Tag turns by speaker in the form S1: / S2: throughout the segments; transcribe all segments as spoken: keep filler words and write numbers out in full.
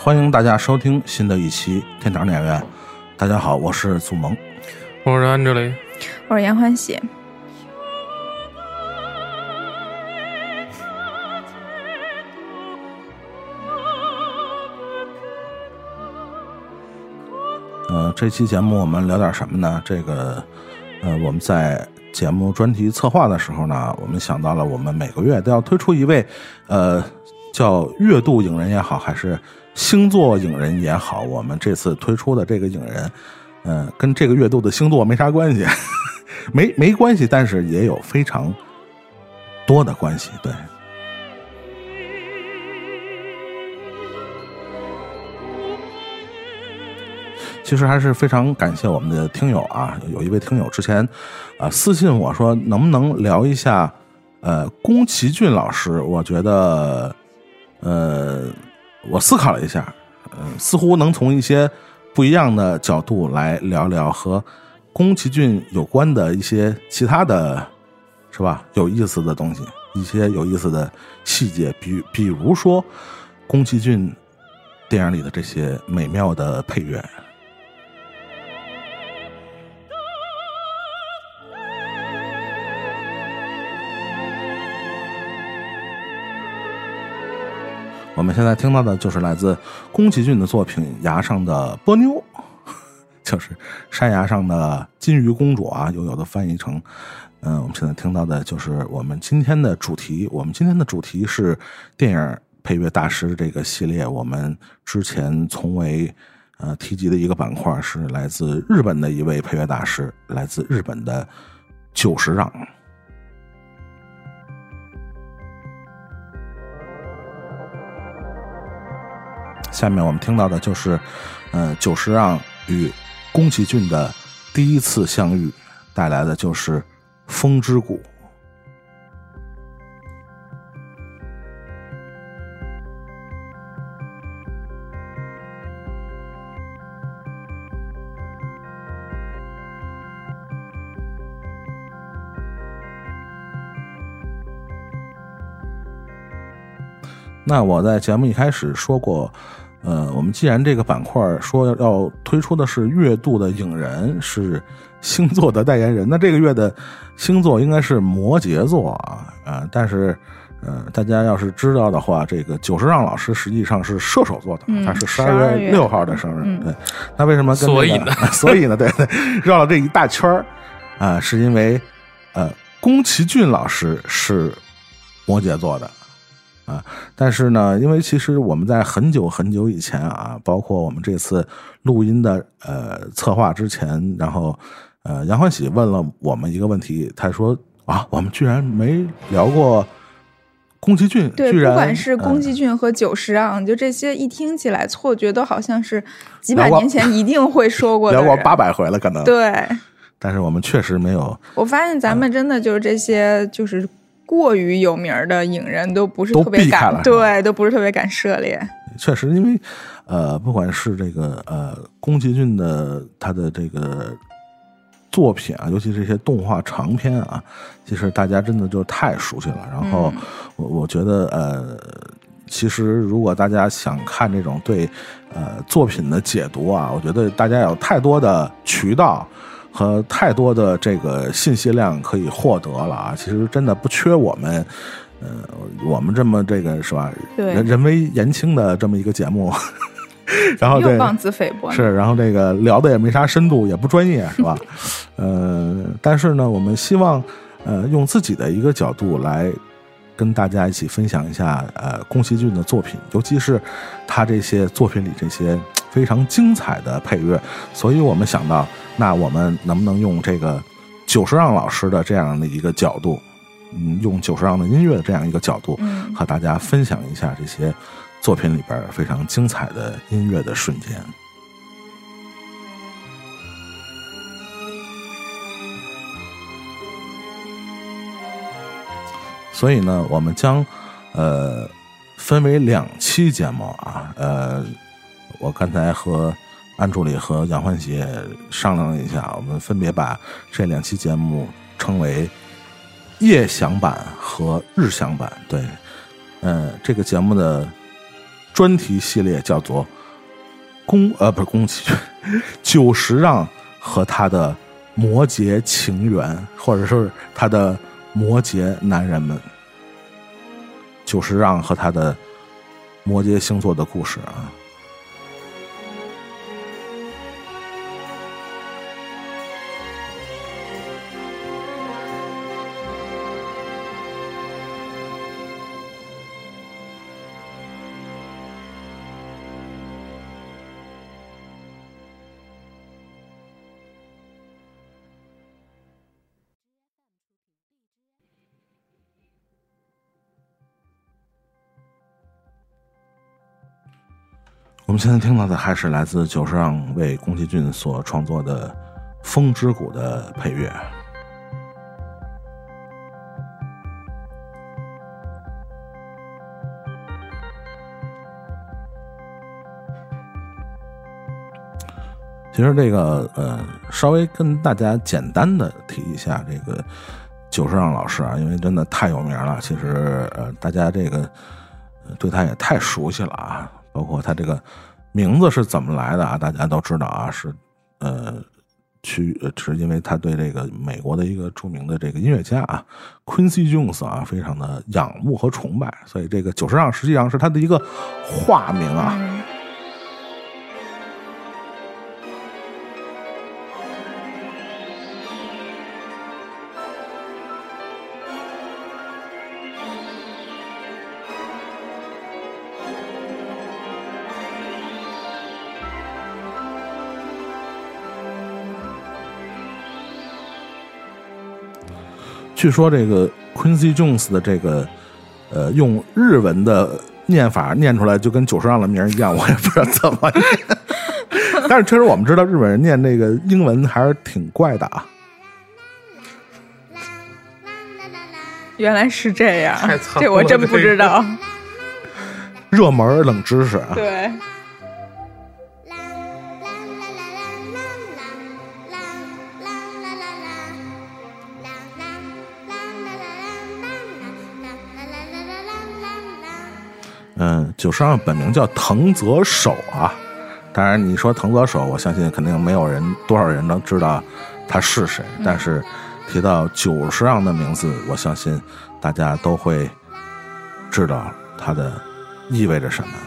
S1: 欢迎大家收听新的一期天堂电影院。大家好，我是祖萌，
S2: 我是安哲雷，
S3: 我是杨欢喜。
S1: 呃，这期节目我们聊点什么呢？这个，呃，我们在节目专题策划的时候呢，我们想到了我们每个月都要推出一位，呃，叫月度影人也好，还是星座影人也好，我们这次推出的这个影人，呃，跟这个月度的星座没啥关系，没没关系，但是也有非常多的关系，对。其实还是非常感谢我们的听友啊，有一位听友之前呃私信我说能不能聊一下呃宫崎骏老师，我觉得呃我思考了一下，呃似乎能从一些不一样的角度来聊聊和宫崎骏有关的一些其他的是吧有意思的东西，一些有意思的细节，比比如说宫崎骏电影里的这些美妙的配乐。我们现在听到的就是来自宫崎骏的作品《崖上的波妞》，就是山崖上的金鱼公主啊，有有的翻译成，嗯、呃，我们现在听到的就是我们今天的主题。我们今天的主题是电影配乐大师这个系列，我们之前从未呃提及的一个板块是来自日本的一位配乐大师，来自日本的久石让。下面我们听到的就是呃久石让与宫崎骏的第一次相遇，带来的就是风之谷。那我在节目一开始说过，呃，我们既然这个板块说要推出的是月度的影人，是星座的代言人，那这个月的星座应该是摩羯座啊，呃，但是呃，大家要是知道的话，这个久石让老师实际上是射手座的，嗯、他是十二月六号的生日，嗯、对，那为什么跟、这个、
S2: 所以呢？
S1: 所以呢，对对，绕了这一大圈儿啊、呃，是因为呃，宫崎骏老师是摩羯座的。啊，但是呢，因为其实我们在很久很久以前啊，包括我们这次录音的呃策划之前，然后呃杨欢喜问了我们一个问题，他说啊，我们居然没聊过宫崎骏，
S3: 对，
S1: 居然
S3: 不管是宫崎骏和久石让、嗯，就这些一听起来错觉都好像是几百年前一定会说过的，
S1: 聊过八百回了可能，
S3: 对，
S1: 但是我们确实没有。
S3: 我发现咱们真的就是这些就是。过于有名的影人都不是特别敢，对，都不是特别敢涉猎。
S1: 确实，因为呃，不管是这个呃宫崎骏的他的这个作品啊，尤其这些动画长片啊，其实大家真的就太熟悉了。然后我我觉得呃，其实如果大家想看这种对呃作品的解读啊，我觉得大家有太多的渠道。和太多的这个信息量可以获得了啊！其实真的不缺我们，呃，我们这么这个是吧？人人微言轻的这么一个节目，然后
S3: 又妄自菲薄
S1: 是，然后这个聊的也没啥深度，也不专业，是吧？呃，但是呢，我们希望呃用自己的一个角度来跟大家一起分享一下呃宫崎骏的作品，尤其是他这些作品里这些非常精彩的配乐，所以我们想到。那我们能不能用这个久石让老师的这样的一个角度，嗯，用久石让的音乐的这样一个角度，嗯，和大家分享一下这些作品里边非常精彩的音乐的瞬间。所以呢，我们将呃分为两期节目啊，呃，我刚才和。安助理和杨欢喜商量了一下，我们分别把这两期节目称为夜享版和日享版。对，呃，这个节目的专题系列叫做《 宫呃不是宫崎骏，久石让和他的摩羯情缘，或者说是他的摩羯男人们，久石让和他的摩羯星座的故事啊。我们现在听到的还是来自久石让为宫崎骏所创作的《风之谷》的配乐。其实这个呃，稍微跟大家简单的提一下这个久石让老师啊，因为真的太有名了。其实呃，大家这个、呃、对他也太熟悉了啊。包括他这个名字是怎么来的啊？大家都知道啊，是呃，去是因为他对这个美国的一个著名的这个音乐家啊 ，Quincy Jones 啊，非常的仰慕和崇拜，所以这个久石让实际上是他的一个化名啊。嗯据说这个 Quincy Jones 的这个呃用日文的念法念出来就跟久石让的名一样，我也不知道怎么念。但是确实我们知道日本人念那个英文还是挺怪的啊。
S3: 原来是这样，这我真不知道。
S1: 热门冷知识啊。
S3: 对。
S1: 嗯，久石让本名叫藤泽守啊，当然你说藤泽守，我相信肯定没有人多少人能知道他是谁，嗯、但是提到久石让的名字，我相信大家都会知道他的意味着什么。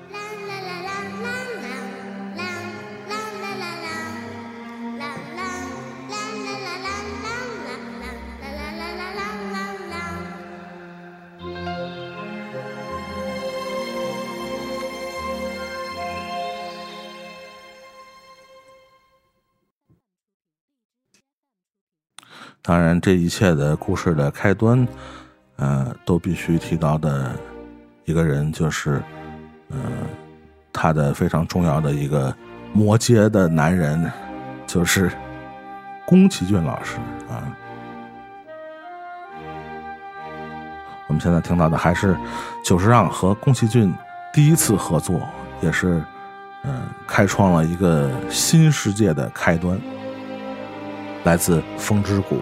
S1: 当然这一切的故事的开端呃，都必须提到的一个人就是呃，他的非常重要的一个摩羯的男人，就是宫崎骏老师啊。我们现在听到的还是久石让和宫崎骏第一次合作，也是嗯、呃，开创了一个新世界的开端，来自风之谷。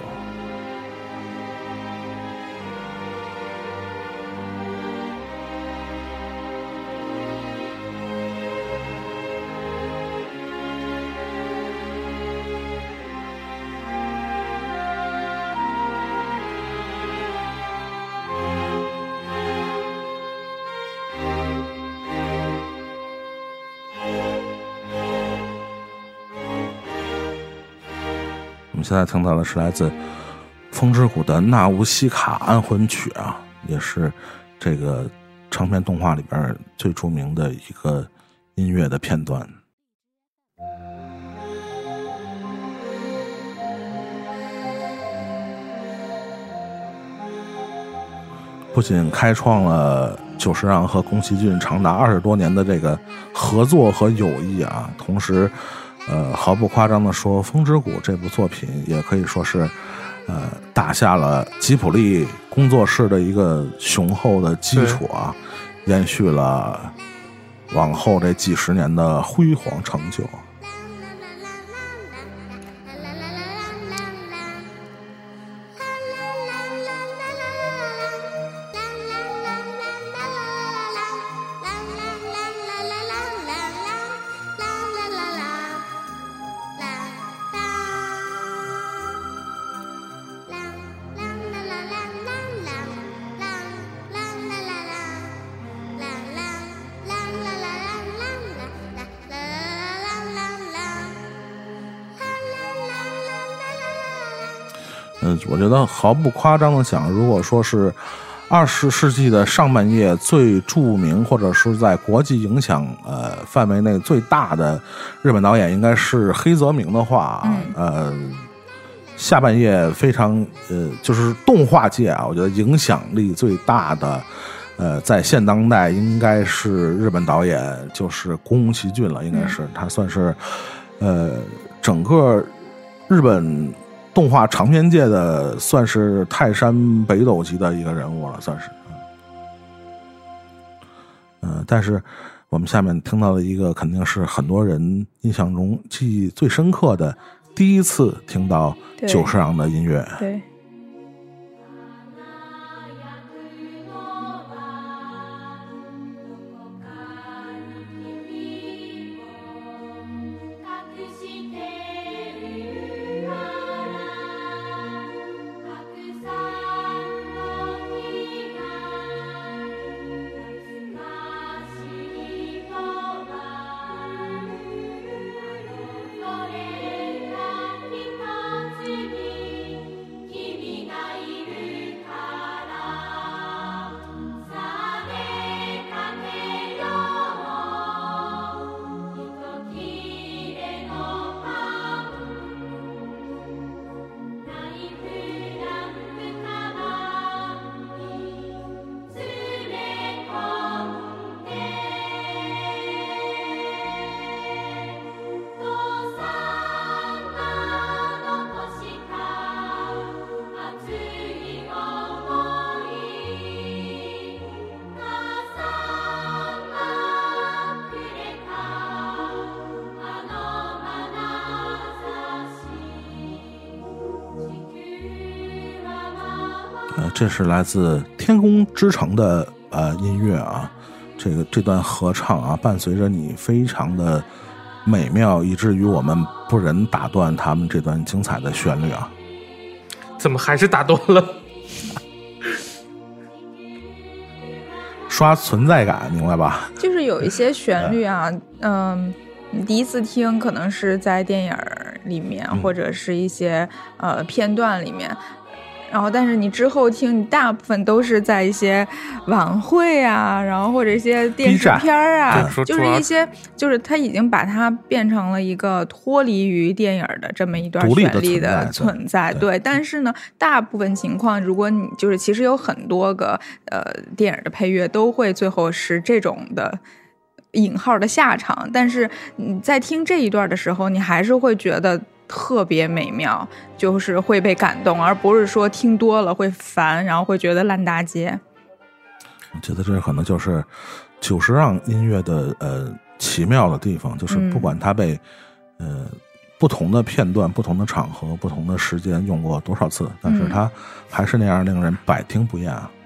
S1: 我们现在听到的是来自风之谷的纳乌西卡安魂曲啊，也是这个长篇动画里边最著名的一个音乐的片段。不仅开创了久石让和宫崎骏长达二十多年的这个合作和友谊啊，同时呃，毫不夸张地说，《风之谷》这部作品也可以说是，呃，打下了吉卜力工作室的一个雄厚的基础啊，延续了往后这几十年的辉煌成就。 嗯，我觉得毫不夸张的讲，如果说是二十世纪的上半叶最著名或者是在国际影响呃范围内最大的日本导演应该是黑泽明的话，嗯、呃，下半叶非常呃就是动画界啊，我觉得影响力最大的呃在现当代应该是日本导演就是宫崎骏了，应该是、嗯、他算是呃整个日本动画长篇界的算是泰山北斗级的一个人物了，算是。嗯、呃，但是我们下面听到的一个肯定是很多人印象中记忆最深刻的，第一次听到久石让的音乐。
S3: 对。对
S1: 呃，这是来自天空之城的呃音乐啊，这个这段合唱啊，伴随着你非常的美妙，以至于我们不忍打断他们这段精彩的旋律啊。
S2: 怎么还是打断了？
S1: 刷存在感，明白吧？
S3: 就是有一些旋律啊，嗯，你第一次听可能是在电影里面，嗯、或者是一些呃片段里面。然后，但是你之后听，你大部分都是在一些晚会啊，然后或者一些电视片啊，就是一些，就是他已经把它变成了一个脱离于电影的这么一段旋律的存在。对，对但是呢，大部分情况，如果你就是其实有很多个呃电影的配乐都会最后是这种的引号的下场，但是你在听这一段的时候，你还是会觉得特别美妙，就是会被感动，而不是说听多了会烦，然后会觉得烂大街。
S1: 我觉得这可能就是久石让音乐的呃奇妙的地方，就是不管它被、嗯、呃不同的片段、不同的场合、不同的时间用过多少次，但是它还是那样令人百听不厌啊。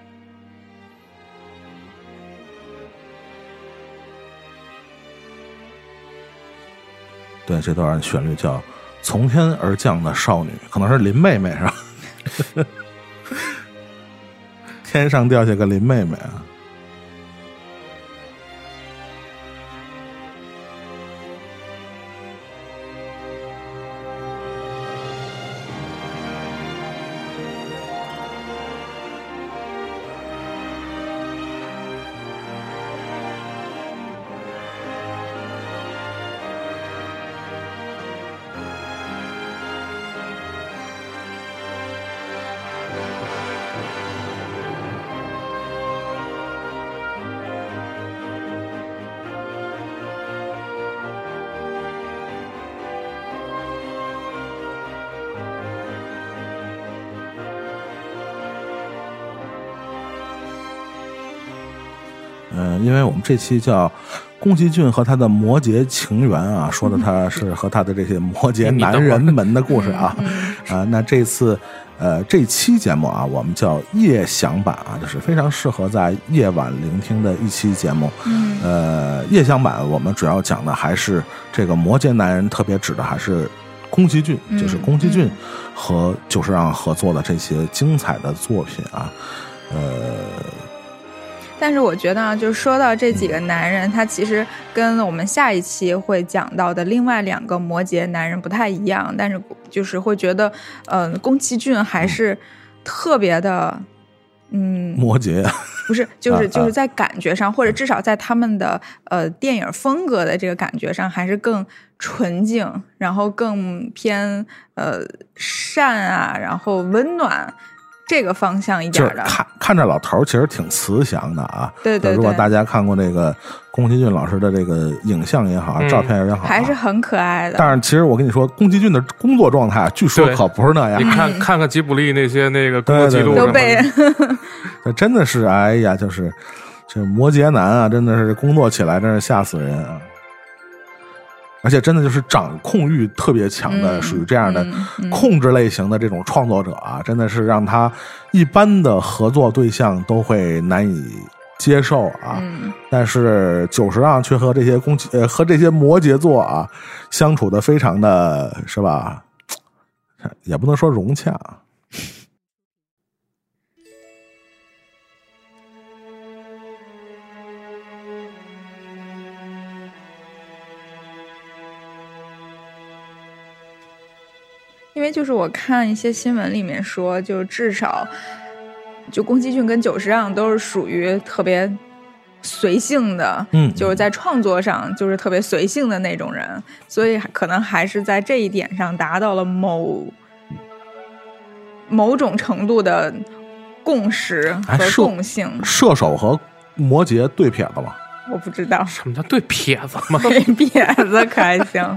S1: 对，这段旋律叫从天而降的少女，可能是林妹妹是吧？天上掉下个林妹妹啊！嗯、呃，因为我们这期叫宫崎骏和他的摩羯情缘啊，说的他是和他的这些摩羯男人们的故事啊，啊，那这次呃这期节目啊，我们叫夜享版啊，就是非常适合在夜晚聆听的一期节目。嗯，呃，夜享版我们主要讲的还是这个摩羯男人，特别指的还是宫崎骏，就是宫崎骏和久石让合作的这些精彩的作品啊，呃。
S3: 但是我觉得啊，就说到这几个男人，他其实跟我们下一期会讲到的另外两个摩羯男人不太一样，但是就是会觉得，呃，宫崎骏还是特别的，嗯，
S1: 摩羯
S3: 不是，就是就是在感觉上，或者至少在他们的呃电影风格的这个感觉上，还是更纯净，然后更偏呃善啊，然后温暖。这个方向一点的，
S1: 看看着老头其实挺慈祥的啊。
S3: 对对对，
S1: 如果大家看过这个宫崎骏老师的这个影像也好，嗯、照片也好，
S3: 还是很可爱的。
S1: 但是其实我跟你说，宫崎骏的工作状态，据说可不是那样。
S2: 你看看看吉卜力那些那个工作记录，
S3: 都被
S1: 这真的是哎呀，就是这摩羯男啊，真的是工作起来真是吓死人啊！而且真的就是掌控欲特别强的，
S3: 嗯、
S1: 属于这样的
S3: 嗯、
S1: 控制类型的这种创作者啊，真的是让他一般的合作对象都会难以接受啊。
S3: 嗯、
S1: 但是久石让却和这些宫呃和这些摩羯座啊相处的非常的是吧？也不能说融洽。
S3: 因为就是我看一些新闻里面说，就至少就宫崎骏跟久石让都是属于特别随性的，
S1: 嗯，
S3: 就是在创作上就是特别随性的那种人，所以可能还是在这一点上达到了某某种程度的共识和共性。
S1: 哎、射, 射手和摩羯对撇子吗？
S3: 我不知道
S2: 什么叫对撇子吗？
S3: 对撇子可还行。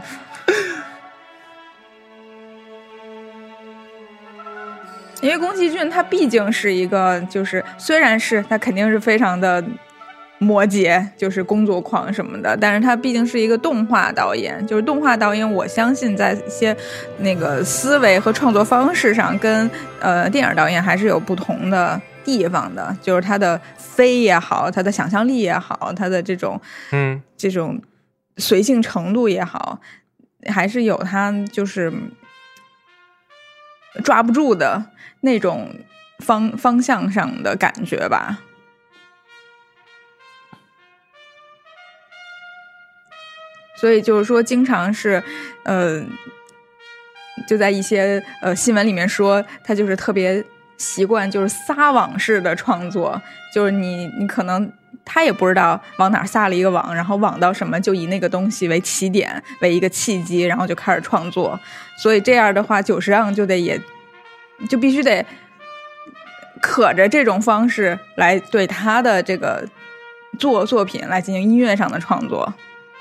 S3: 因为宫崎骏他毕竟是一个，就是虽然是他肯定是非常的摩羯，就是工作狂什么的，但是他毕竟是一个动画导演，就是动画导演，我相信在一些那个思维和创作方式上跟呃电影导演还是有不同的地方的，就是他的飞也好，他的想象力也好，他的这种
S2: 嗯
S3: 这种随性程度也好，还是有他就是抓不住的那种方方向上的感觉吧。所以就是说经常是呃就在一些呃新闻里面说他就是特别习惯就是撒网式的创作，就是你你可能他也不知道往哪撒了一个网，然后网到什么就以那个东西为起点为一个契机，然后就开始创作。所以这样的话久石让就得也就必须得可着这种方式来对他的这个作作品来进行音乐上的创作。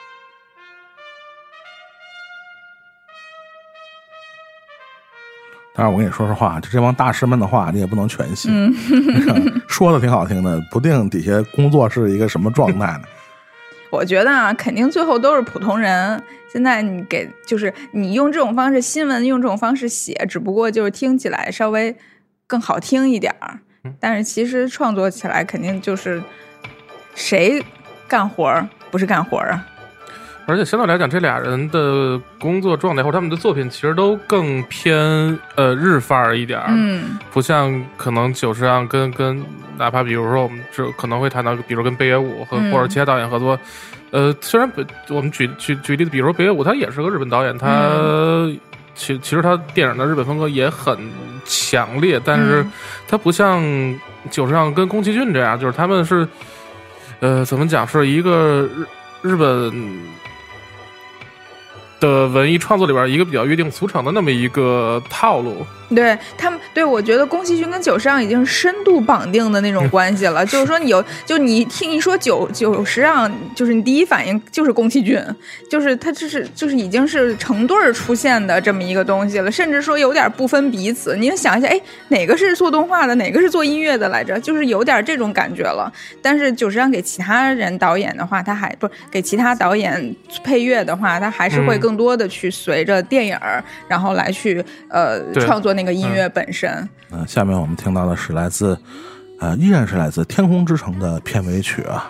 S1: 但是我跟你说实话，就这帮大师们的话你也不能全信、
S3: 嗯、
S1: 说的挺好听的，不定底下工作是一个什么状态呢。
S3: 我觉得啊，肯定最后都是普通人。现在你给就是你用这种方式，新闻用这种方式写，只不过就是听起来稍微更好听一点儿，但是其实创作起来肯定就是谁干活不是干活啊。
S2: 而且相对来讲，这俩人的工作状态或者他们的作品其实都更偏呃日范儿一点，
S3: 嗯，
S2: 不像可能久石让跟跟哪怕比如说我们就可能会谈到，比如跟北野武和、嗯、或者其他导演合作，呃，虽然我们举举举例子，比如说北野武他也是个日本导演，他、嗯、其其实他电影的日本风格也很强烈，但是他不像久石让跟宫崎骏这样，就是他们是呃怎么讲是一个日日本的文艺创作里边一个比较约定俗成的那么一个套路。
S3: 对他们，对我觉得宫崎骏跟久石让已经是深度绑定的那种关系了。就是说，你有就你听一说久久石让，就是你第一反应就是宫崎骏，就是他就是就是已经是成对儿出现的这么一个东西了，甚至说有点不分彼此。你想一下，哎，哪个是做动画的，哪个是做音乐的来着？就是有点这种感觉了。但是久石让给其他人导演的话，他还不是给其他导演配乐的话，他还是会更多的去随着电影、嗯、然后来去呃创作那个音乐本身。
S1: 嗯、呃，下面我们听到的是来自呃依然是来自《天空之城》的片尾曲啊。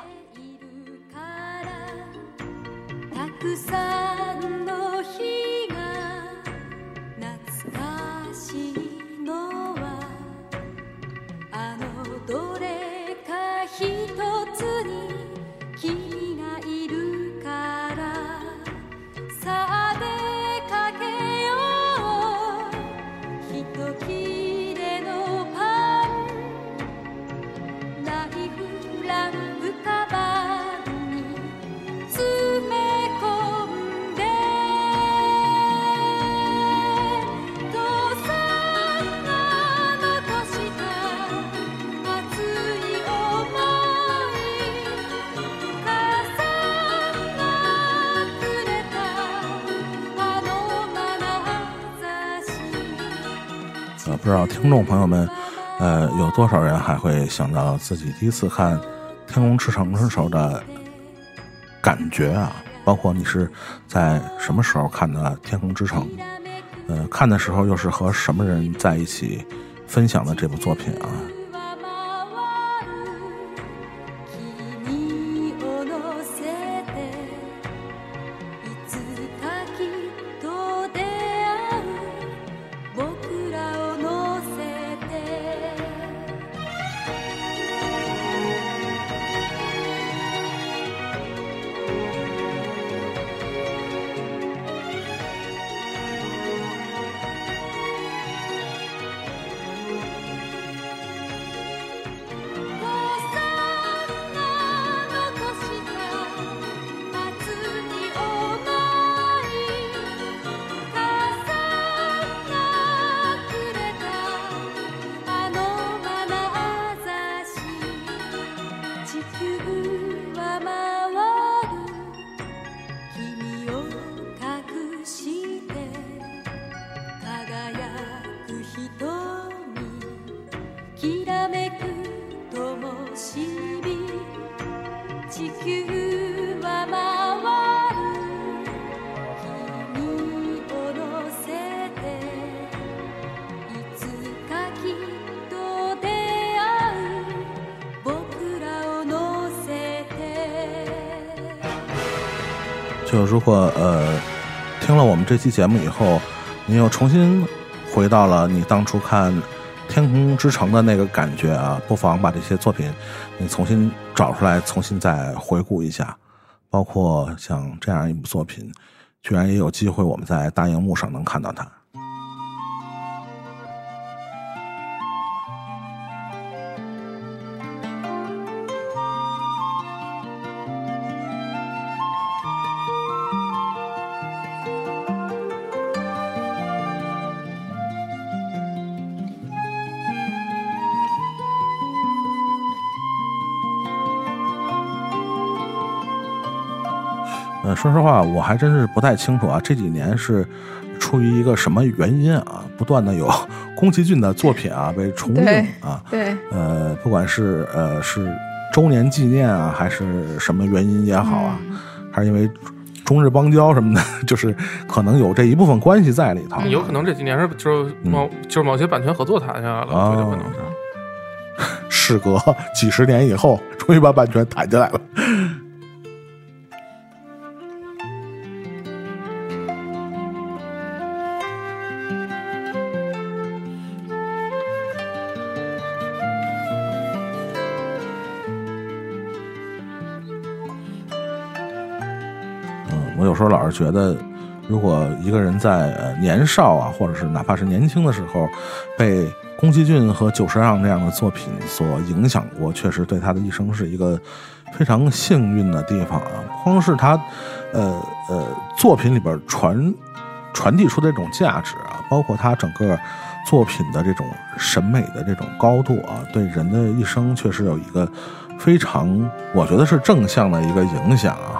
S1: 呃，不知道听众朋友们，呃，有多少人还会想到自己第一次看《天空之城》的时候的感觉啊？包括你是在什么时候看的《天空之城》？呃，看的时候又是和什么人在一起分享的这部作品啊？就如果呃听了我们这期节目以后，你又重新回到了你当初看《天空之城》的那个感觉啊，不妨把这些作品你重新找出来，重新再回顾一下。包括像这样一部作品，居然也有机会我们在大荧幕上能看到它。呃，说实话，我还真是不太清楚啊。这几年是出于一个什么原因啊，不断的有宫崎骏的作品啊被重映啊。
S3: 对。
S1: 呃，不管是呃是周年纪念啊，还是什么原因也好啊，嗯、还是因为中日邦交什么的，就是可能有这一部分关系在里头。
S2: 嗯、有可能这几年是就是某、嗯、就是某些版权合作谈下来了，
S1: 哦、
S2: 我觉得可能是。
S1: 事隔几十年以后，终于把版权谈进来了。我有时候老是觉得，如果一个人在呃年少啊，或者是哪怕是年轻的时候，被宫崎骏和久石让这样的作品所影响过，确实对他的一生是一个非常幸运的地方啊。光是他，呃呃，作品里边传传递出的这种价值啊，包括他整个作品的这种审美的这种高度啊，对人的一生确实有一个非常，我觉得是正向的一个影响啊。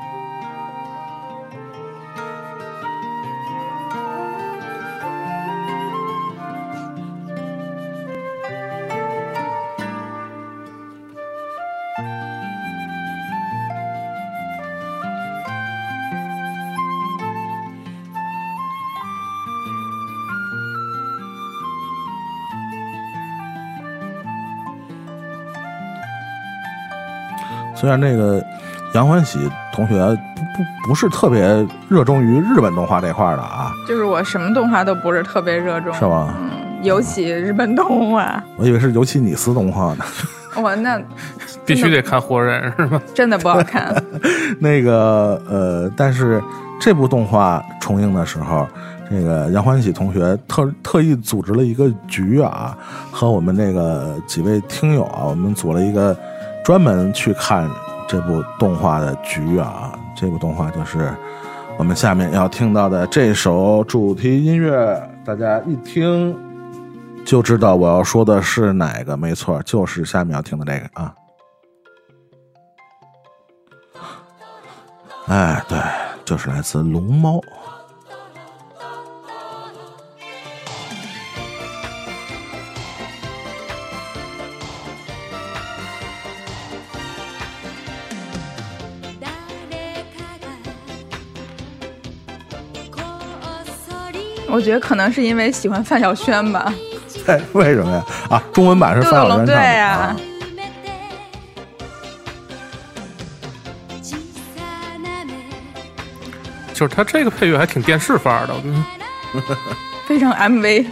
S1: 虽然那个杨欢喜同学不不不是特别热衷于日本动画这块的啊，
S3: 就是我什么动画都不是特别热衷，
S1: 是吧？
S3: 嗯，尤其日本动画，
S1: 我以为是尤其你司动画呢。
S3: 我那
S2: 必须得看活人是吧？
S3: 真的不好看。
S1: 那个呃，但是这部动画重映的时候，这个杨欢喜同学特特意组织了一个局啊，和我们那个几位听友啊，我们组了一个专门去看这部动画的局啊。这部动画就是我们下面要听到的这首主题音乐，大家一听就知道我要说的是哪个，没错，就是下面要听的这个啊。哎，对，就是来自龙猫。
S3: 我觉得可能是因为喜欢范晓萱吧。
S1: 对，为什么呀？啊，中文版是范晓萱唱的。
S3: 对呀、
S1: 啊。
S2: 就是他这个配乐还挺电视范儿的，我觉得
S3: 非常 M V。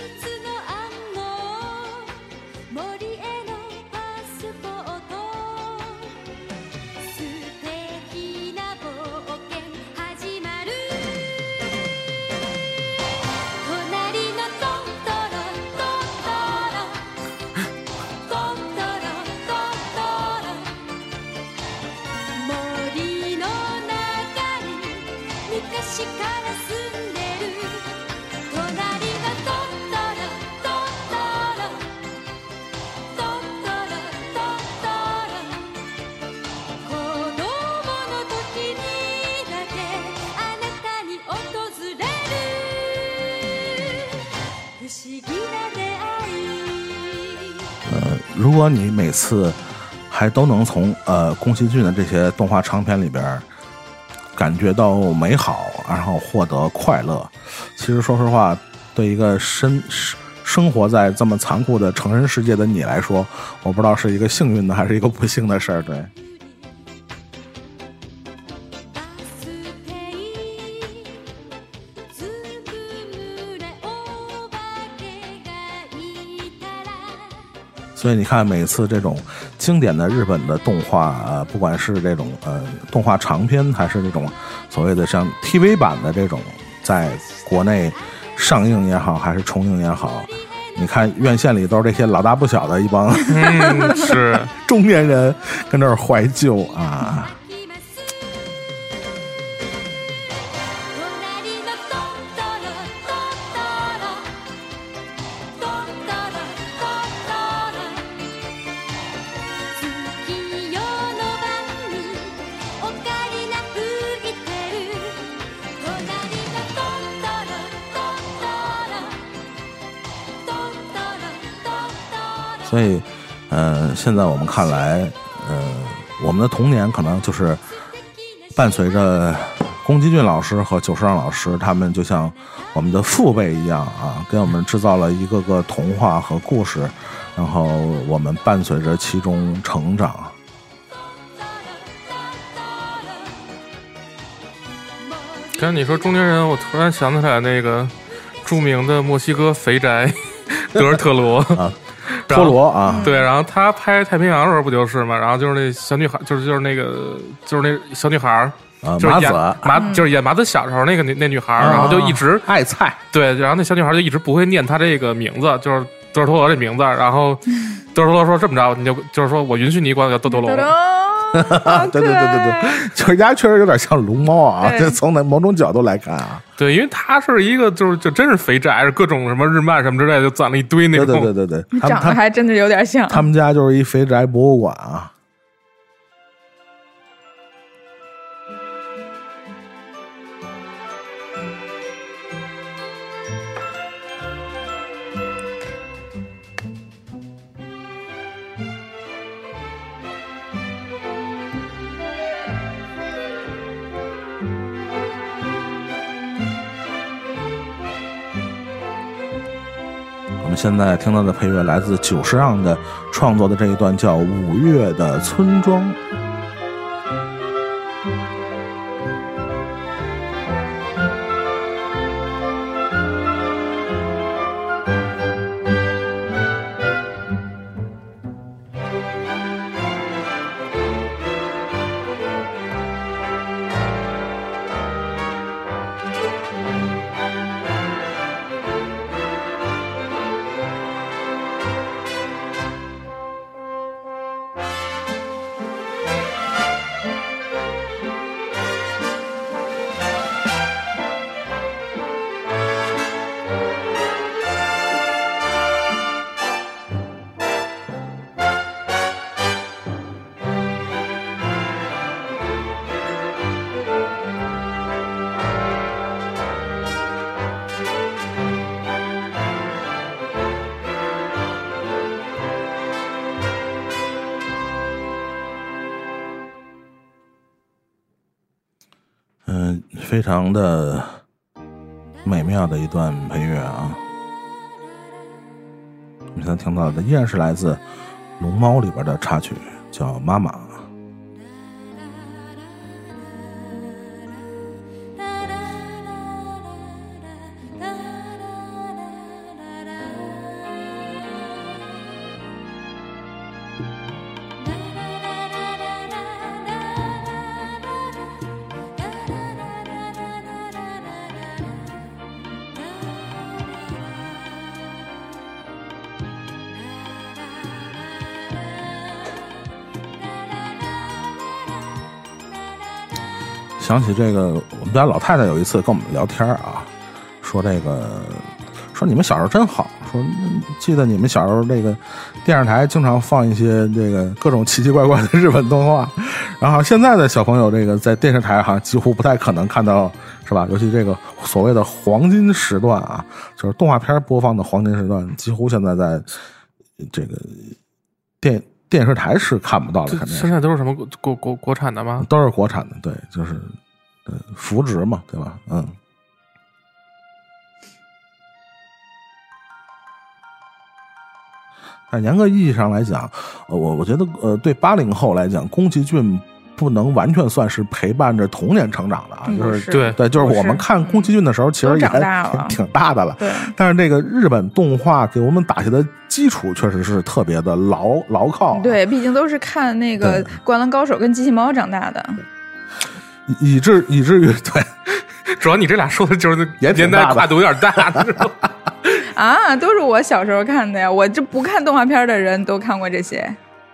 S1: 如果你每次还都能从呃宫崎骏的这些动画长片里边感觉到美好，然后获得快乐，其实说实话，对一个生生活在这么残酷的成人世界的你来说，我不知道是一个幸运的还是一个不幸的事儿。对。所以你看，每次这种经典的日本的动画，呃，不管是这种呃动画长片，还是这种所谓的像 T V 版的这种，在国内上映也好，还是重映也好，你看院线里都是这些老大不小的一帮、
S2: 嗯、是
S1: 中年人跟那儿怀旧啊。所以，呃，现在我们看来，呃，我们的童年可能就是伴随着宫崎骏老师和久石让老师，他们就像我们的父辈一样啊，给我们制造了一个个童话和故事，然后我们伴随着其中成长。
S2: 刚才你说中年人，我突然想起来那个著名的墨西哥肥宅德尔特罗
S1: 啊。托罗啊，
S2: 对，然后他拍太平洋的时候不就是嘛，然后就是那小女孩，就是就是那个就是那小女孩
S1: 啊，
S2: 就是演
S1: 麻子
S2: 麻，就是演麻子小时候那个那那女孩、啊，然后就一直
S1: 爱菜，
S2: 对，然后那小女孩就一直不会念她这个名字，就是德尔托罗这名字，然后德尔托罗说这么着，你就就是说我允许你管我叫豆豆龙。
S1: 对对对对对，就是人家确实有点像龙猫啊，这从某种角度来看啊。
S2: 对，因为他是一个就是就真是肥宅，各种什么日漫什么之类的，就攒了一堆那种。
S1: 对对对对对，
S3: 长得还真的有点像。
S1: 他们家就是一肥宅博物馆啊。我们现在听到的配乐来自久石让的创作的这一段叫《五月的村庄》。非常的美妙的一段配乐啊！我们现在听到的依然是来自《龙猫》里边的插曲，叫《妈妈》。想起这个，我们家老太太有一次跟我们聊天啊，说这个，说你们小时候真好，说记得你们小时候这个电视台经常放一些这个各种奇奇怪怪的日本动画，然后现在的小朋友这个在电视台好像几乎不太可能看到，是吧？尤其这个所谓的黄金时段啊，就是动画片播放的黄金时段，几乎现在在这个电电视台是看不到的。
S2: 现在都是什么国国国产的吗？
S1: 都是国产的，对，就是呃扶植嘛，对吧？嗯。但严格意义上来讲，呃，我我觉得，呃，对八零后来讲，宫崎骏不能完全算是陪伴着童年成长的啊，
S3: 嗯、
S1: 就是
S2: 对
S1: 对，就是我们看宫崎骏的时候，其实也挺大的了。
S3: 对，
S1: 但是这个日本动画给我们打下的基础确实是特别的牢牢靠、啊。
S3: 对，毕竟都是看那个《灌篮高手》跟《机器猫》长大的，
S1: 以以至以至于对，
S2: 主要你这俩说的就是年代跨度有点大，知道吗？
S3: 啊，都是我小时候看的呀！我这不看动画片的人都看过这些。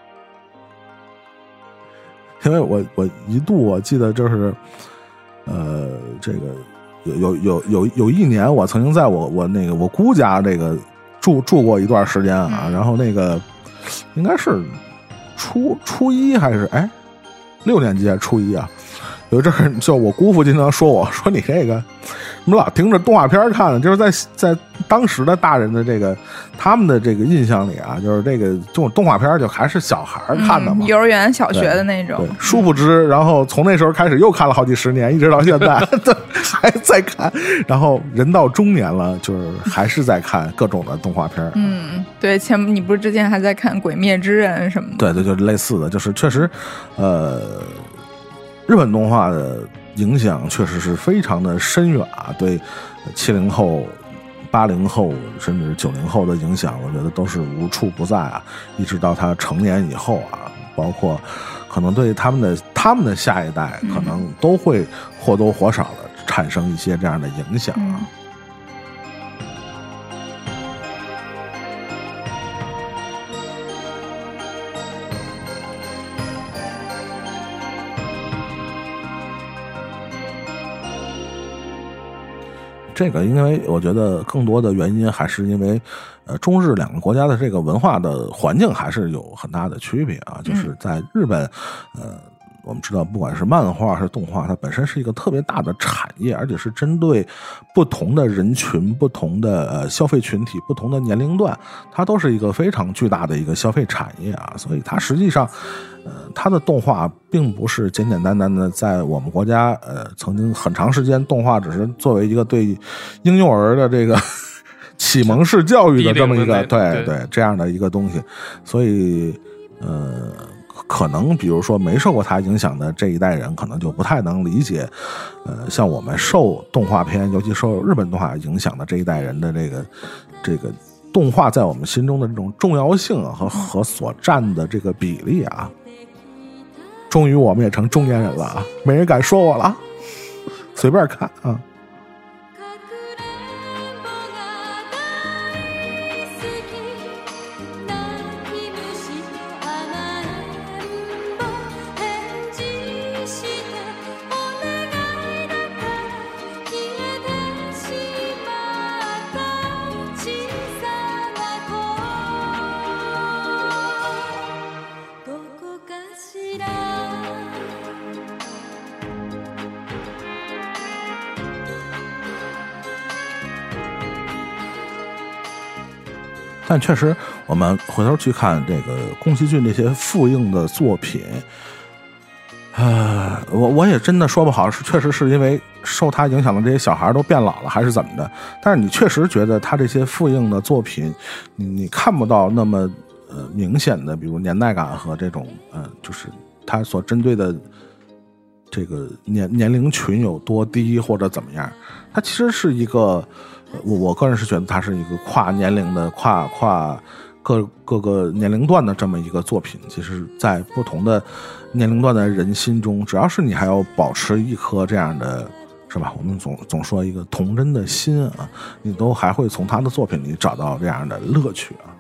S1: 因为我我一度我记得就是，呃，这个有有有有有一年，我曾经在我我那个我姑家这个住住过一段时间啊，嗯、然后那个应该是初初一还是哎六年级还是初一啊？有一阵儿，就我姑父经常说我说你这个。你们老盯着动画片看的，就是在在当时的大人的这个他们的这个印象里啊，就是这个这种动画片就还是小孩看的嘛、
S3: 嗯，幼儿园、小学的那种。
S1: 殊不知，然后从那时候开始又看了好几十年，一直到现在还在看，然后人到中年了，就是还是在看各种的动画片。
S3: 嗯，对，前你不是之前还在看《鬼灭之刃》什么的？
S1: 对对，就是类似的，就是确实，呃，日本动画的。影响确实是非常的深远啊！对七零后、八零后甚至九零后的影响，我觉得都是无处不在啊！一直到他成年以后啊，包括可能对他们的他们的下一代，可能都会或多或少的产生一些这样的影响啊。嗯这个因为我觉得更多的原因还是因为呃中日两个国家的这个文化的环境还是有很大的区别啊，就是在日本呃我们知道不管是漫画还是动画，它本身是一个特别大的产业，而且是针对不同的人群、不同的呃消费群体、不同的年龄段，它都是一个非常巨大的一个消费产业啊，所以它实际上呃它的动画并不是简简单单的在我们国家呃曾经很长时间动画只是作为一个对婴幼儿的这个启蒙式教育的这么一个对 对, 对这样的一个东西，所以呃可能比如说没受过它影响的这一代人可能就不太能理解呃像我们受动画片尤其受日本动画影响的这一代人的这个这个动画在我们心中的这种重要性和和所占的这个比例啊。终于我们也成中年人了啊，没人敢说我了，随便看啊。但确实我们回头去看这个宫崎骏这些复映的作品， 呃，我我也真的说不好，是确实是因为受他影响的这些小孩都变老了，还是怎么的？但是你确实觉得他这些复映的作品，你你看不到那么呃明显的，比如年代感和这种呃，就是他所针对的这个年年龄群有多低或者怎么样。它其实是一个，我我个人是觉得它是一个跨年龄的、跨跨各各个年龄段的这么一个作品。其实，在不同的年龄段的人心中，只要是你还要保持一颗这样的，是吧？我们总总说一个童真的心啊，你都还会从他的作品里找到这样的乐趣啊。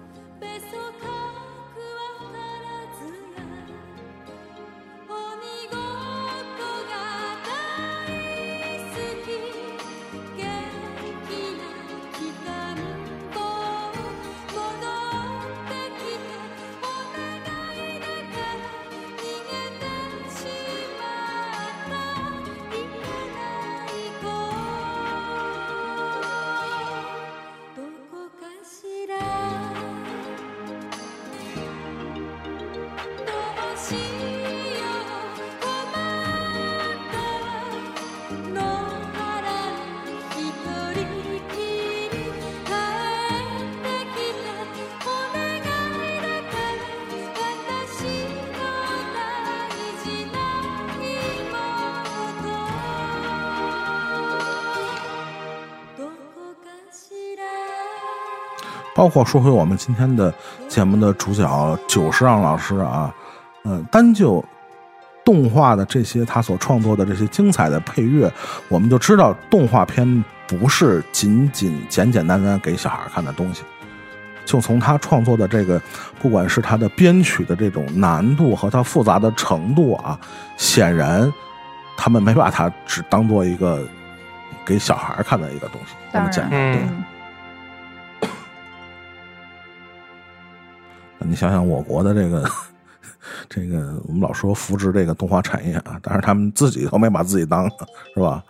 S1: 包括说回我们今天的节目的主角久石让老师啊，呃，单就动画的这些他所创作的这些精彩的配乐，我们就知道动画片不是仅仅简简单单给小孩看的东西。就从他创作的这个，不管是他的编曲的这种难度和他复杂的程度啊，显然他们没把它只当做一个给小孩看的一个东西那么简单。对。
S3: 嗯
S1: 你想想我国的这个这个我们老说扶植这个动画产业啊，但是他们自己都没把自己当，是吧？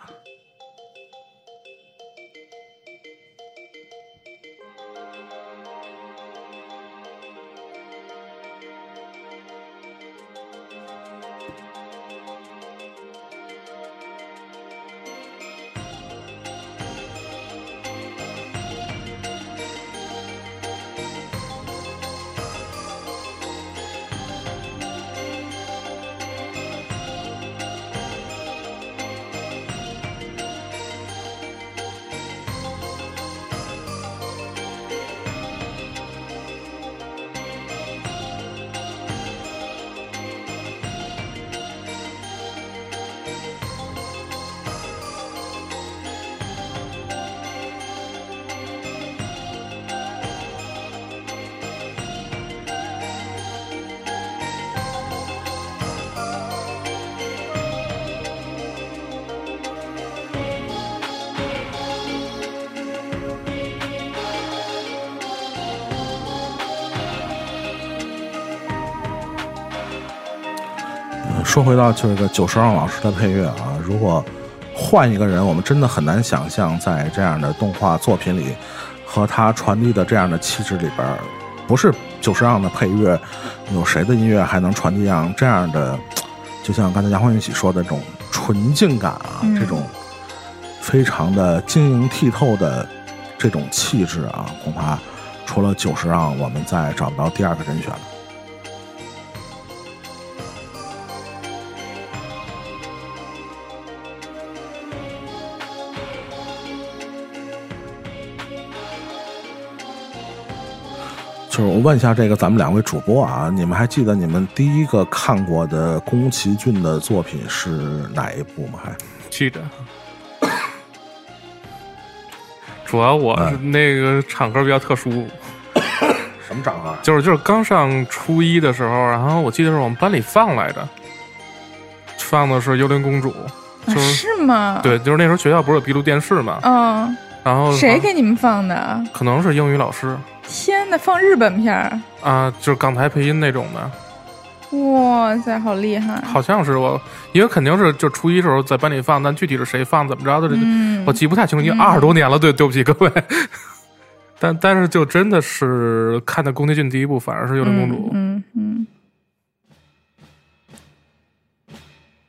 S1: 说回到这个久石让老师的配乐啊，如果换一个人，我们真的很难想象在这样的动画作品里和他传递的这样的气质里边，不是久石让的配乐，有谁的音乐还能传递上这样的，就像刚才杨欢一起说的这种纯净感啊、嗯、这种非常的晶莹剔透的这种气质啊，恐怕除了久石让我们再找不到第二个人选了。就是我问一下这个咱们两位主播啊，你们还记得你们第一个看过的宫崎骏的作品是哪一部吗？还
S2: 记得。主要我是那个场合比较特殊。
S1: 什么场合？
S2: 就是就是刚上初一的时候，然后我记得是我们班里放来的，放的是《幽灵公主》，就是、
S3: 啊、是吗？
S2: 对，就是那时候学校不是有闭路电视嘛，
S3: 嗯，
S2: 然后
S3: 谁给你们放的？
S2: 可能是英语老师。
S3: 天哪，放日本片儿
S2: 啊，就是港台配音那种的。
S3: 哇塞，好厉害！
S2: 好像是我，因为肯定是就初一时候在班里放，但具体是谁放怎么着的，这、嗯、我记不太清楚，因为二十多年了，对，对不起各位。但但是就真的是看的宫崎骏第一部，反而是《幽灵公主》。
S3: 嗯嗯。嗯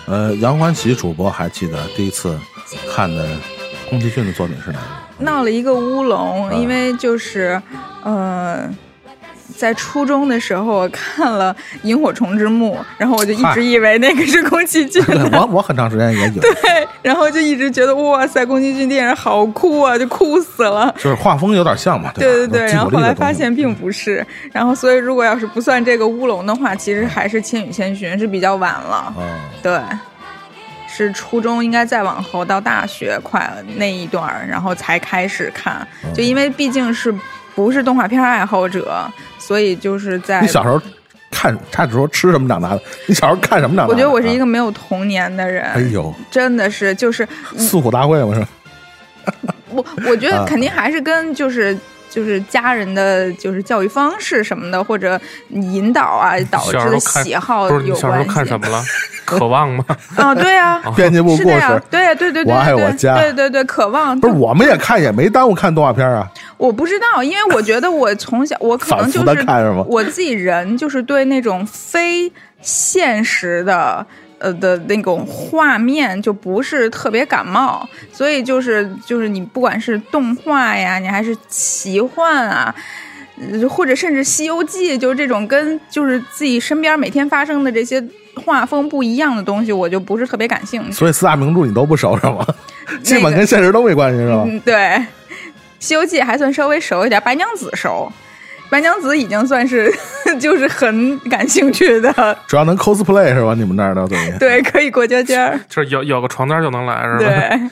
S1: 呃，杨欢喜主播还记得第一次看的宫崎骏的作品是哪个？
S3: 闹了一个乌龙，
S1: 嗯、
S3: 因为就是呃。在初中的时候，我看了《萤火虫之墓》，然后我就一直以为那个是宫崎骏的。
S1: 我我很长时间也有。
S3: 对，然后就一直觉得哇塞，宫崎骏电影好酷啊，就酷死了。
S1: 就是画风有点像嘛，
S3: 对对对。然后后来发现并不是，然后所以如果要是不算这个乌龙的话，其实还是《千与千寻》是比较晚了。
S1: 哦，
S3: 对，是初中应该再往后到大学快那一段，然后才开始看，
S1: 哦、
S3: 就因为毕竟是不是动画片爱好者。所以就是在
S1: 你小时候看，他只说吃什么长大的。你小时候看什么长大的？
S3: 我觉得我是一个没有童年的人。
S1: 哎呦，
S3: 真的是就是
S1: 诉苦大会嘛是。
S3: 我我觉得肯定还是跟就是就是家人的就是教育方式什么的，或者引导啊导致的喜好有关系。
S2: 不是你小时候看什么了？渴望吗？
S3: 啊，对呀、
S1: 啊，编辑部故事，
S3: 啊、对对对对，
S1: 我爱我家，
S3: 对对对，渴望。
S1: 不是我们也看，也没耽误看动画片啊。
S3: 我不知道，因为我觉得我从小我可能就是我自己人，就是对那种非现实的呃的那种画面就不是特别感冒，所以就是就是你不管是动画呀，你还是奇幻啊。或者甚至《西游记》，就是这种跟就是自己身边每天发生的这些画风不一样的东西，我就不是特别感兴趣。
S1: 所以四大名著你都不熟是吗？那个、基本跟现实都没关系是吧？
S3: 嗯，对，《西游记》还算稍微熟一点，《白娘子》熟，《白娘子》已经算是就是很感兴趣的。
S1: 主要能 cosplay 是吧？你们那儿的对
S3: 对，可以过家家，
S2: 就是有有个床单就能来是吧？
S3: 对。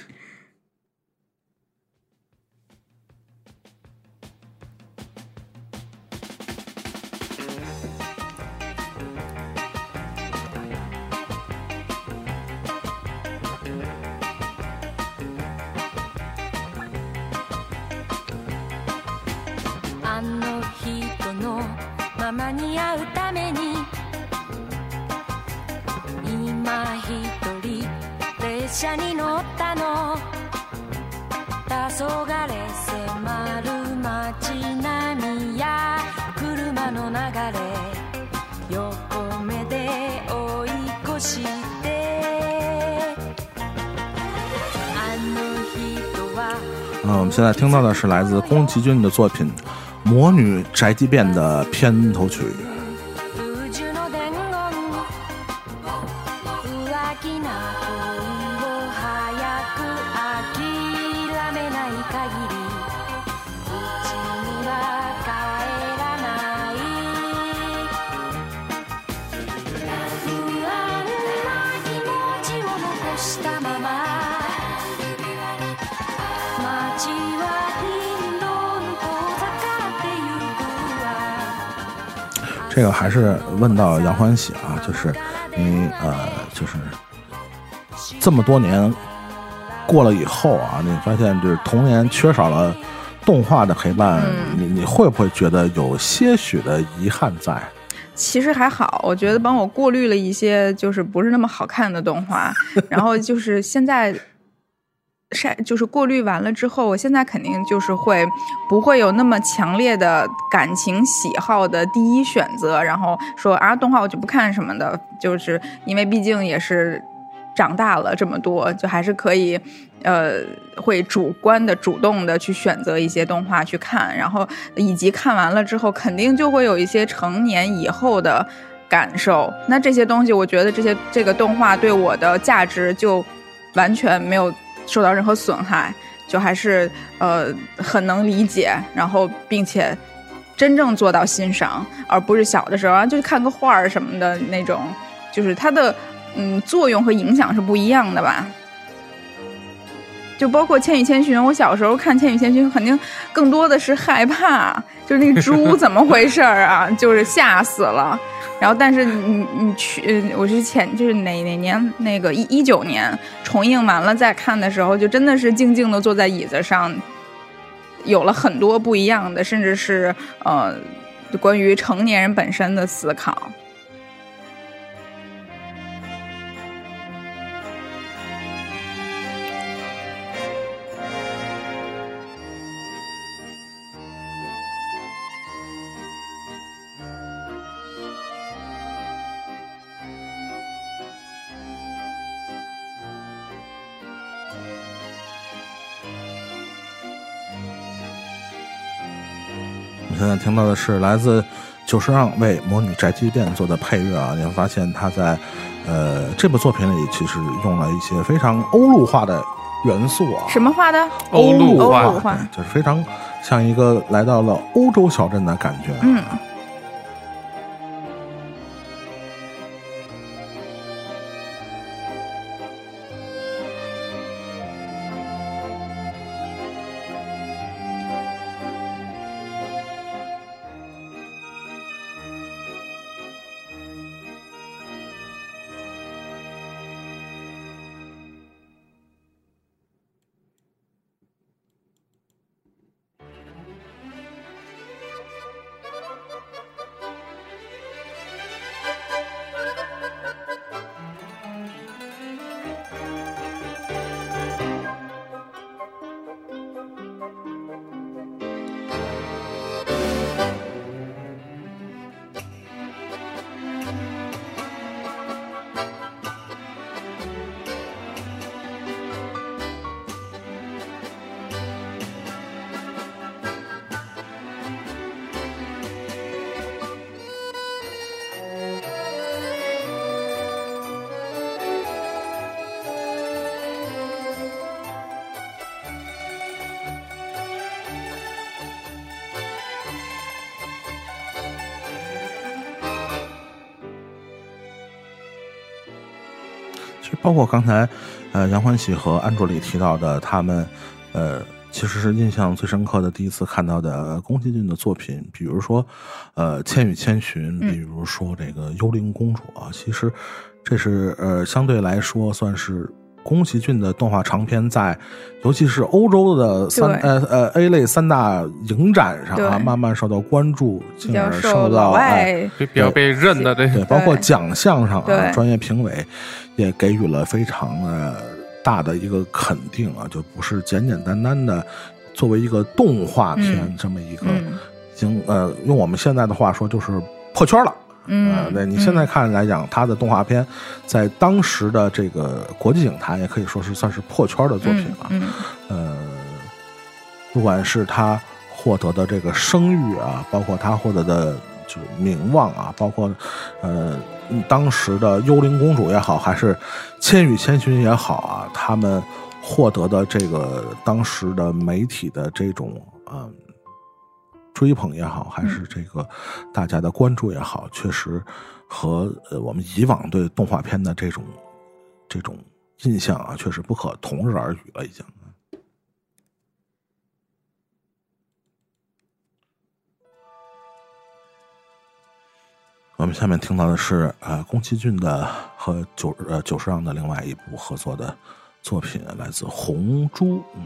S4: 車に乗ったの黄昏迫る街並みや車の流れ横目で追い越してあの人は
S1: 嗯，我们现在听到的是来自宫崎骏的作品《魔女宅急便》的片头曲。这个还是问到杨欢喜啊，就是你呃，就是这么多年过了以后啊，你发现就是童年缺少了动画的陪伴，嗯、你你会不会觉得有些许的遗憾在？
S3: 其实还好，我觉得帮我过滤了一些就是不是那么好看的动画，然后就是现在。筛就是过滤完了之后，我现在肯定就是会不会有那么强烈的感情喜好的第一选择，然后说啊动画我就不看什么的，就是因为毕竟也是长大了这么多，就还是可以呃会主观的主动的去选择一些动画去看，然后以及看完了之后肯定就会有一些成年以后的感受，那这些东西我觉得这些这个动画对我的价值就完全没有受到任何损害，就还是呃很能理解，然后并且真正做到欣赏，而不是小的时候啊就看个画儿什么的那种，就是它的嗯作用和影响是不一样的吧。就包括《千与千寻》，我小时候看《千与千寻》肯定更多的是害怕，就是那个猪怎么回事啊，就是吓死了。然后，但是你你去，我是前就是哪哪年那个一一九年重映完了再看的时候，就真的是静静的坐在椅子上，有了很多不一样的，甚至是呃关于成年人本身的思考。
S1: 们现在听到的是来自久石让为《魔女宅急便》做的配乐啊，你会发现他在呃这部作品里其实用了一些非常欧陆化的元素啊。
S3: 什么化的？
S2: 欧陆
S3: 化，
S1: 欧陆化，就是非常像一个来到了欧洲小镇的感觉。
S3: 嗯。
S1: 其实包括刚才呃杨欢喜和安卓里提到的，他们呃其实是印象最深刻的第一次看到的宫崎骏的作品，比如说呃《千与千寻》，比如说这个《幽灵公主》啊，其实这是呃相对来说算是宫崎骏的动画长片在尤其是欧洲的三呃呃 A 类三大影展上啊，慢慢受到关注，进而受到
S3: 哎
S2: 比较被认的这
S1: 对，包括奖项上啊，专业评委也给予了非常呃大的一个肯定啊，就不是简简单单的作为一个动画片、嗯、这么一个已经呃用我们现在的话说就是破圈了。
S3: 嗯，
S1: 呃，对你现在看来讲，他的动画片在当时的这个国际影坛也可以说是算是破圈的作品了。
S3: 嗯，
S1: 嗯呃，不管是他获得的这个声誉啊，包括他获得的就是名望啊，包括呃当时的幽灵公主也好，还是千与千寻也好啊，他们获得的这个当时的媒体的这种嗯。呃追捧也好，还是这个大家的关注也好，确实和呃我们以往对动画片的这种这种印象啊，确实不可同日而语了，已经。我们下面听到的是呃宫崎骏的和久呃久石让的另外一部合作的作品，来自《红猪》。嗯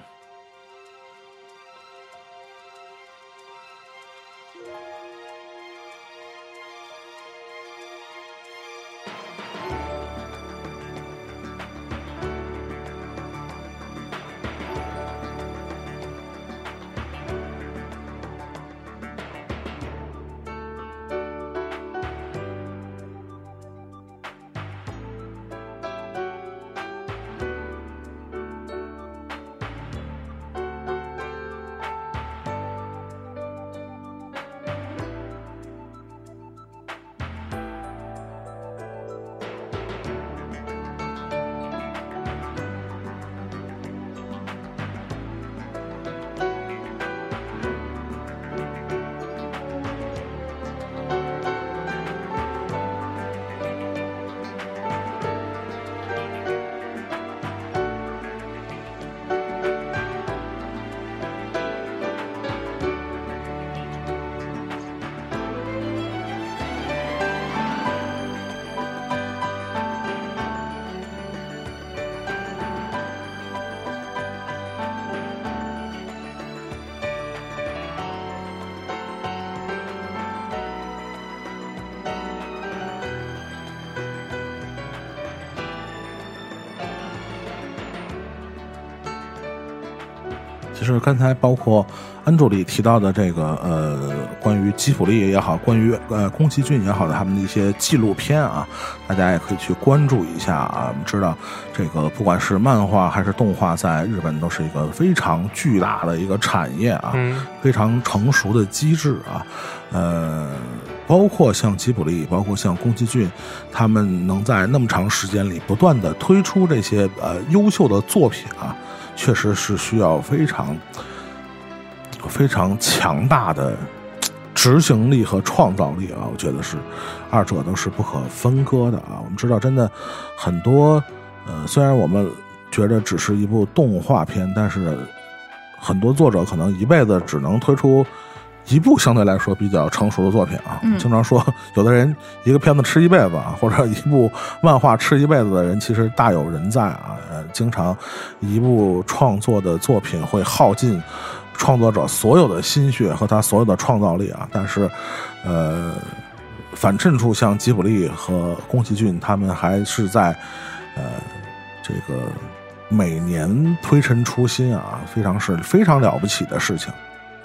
S1: 其实刚才包括安助理提到的这个呃，关于吉卜力也好，关于呃宫崎骏也好的他们的一些纪录片啊，大家也可以去关注一下啊。我们知道这个不管是漫画还是动画，在日本都是一个非常巨大的一个产业啊，
S2: 嗯，
S1: 非常成熟的机制啊，呃。包括像吉卜力，包括像宫崎骏，他们能在那么长时间里不断的推出这些呃优秀的作品啊，确实是需要非常非常强大的执行力和创造力啊，我觉得是二者都是不可分割的啊。我们知道，真的很多呃，虽然我们觉得只是一部动画片，但是很多作者可能一辈子只能推出一部相对来说比较成熟的作品啊，
S3: 嗯、
S1: 经常说有的人一个片子吃一辈子啊，或者一部漫画吃一辈子的人其实大有人在啊。呃，经常一部创作的作品会耗尽创作者所有的心血和他所有的创造力啊，但是呃，反衬出像吉卜力和宫崎骏他们还是在呃这个每年推陈出新啊，非常是非常了不起的事情。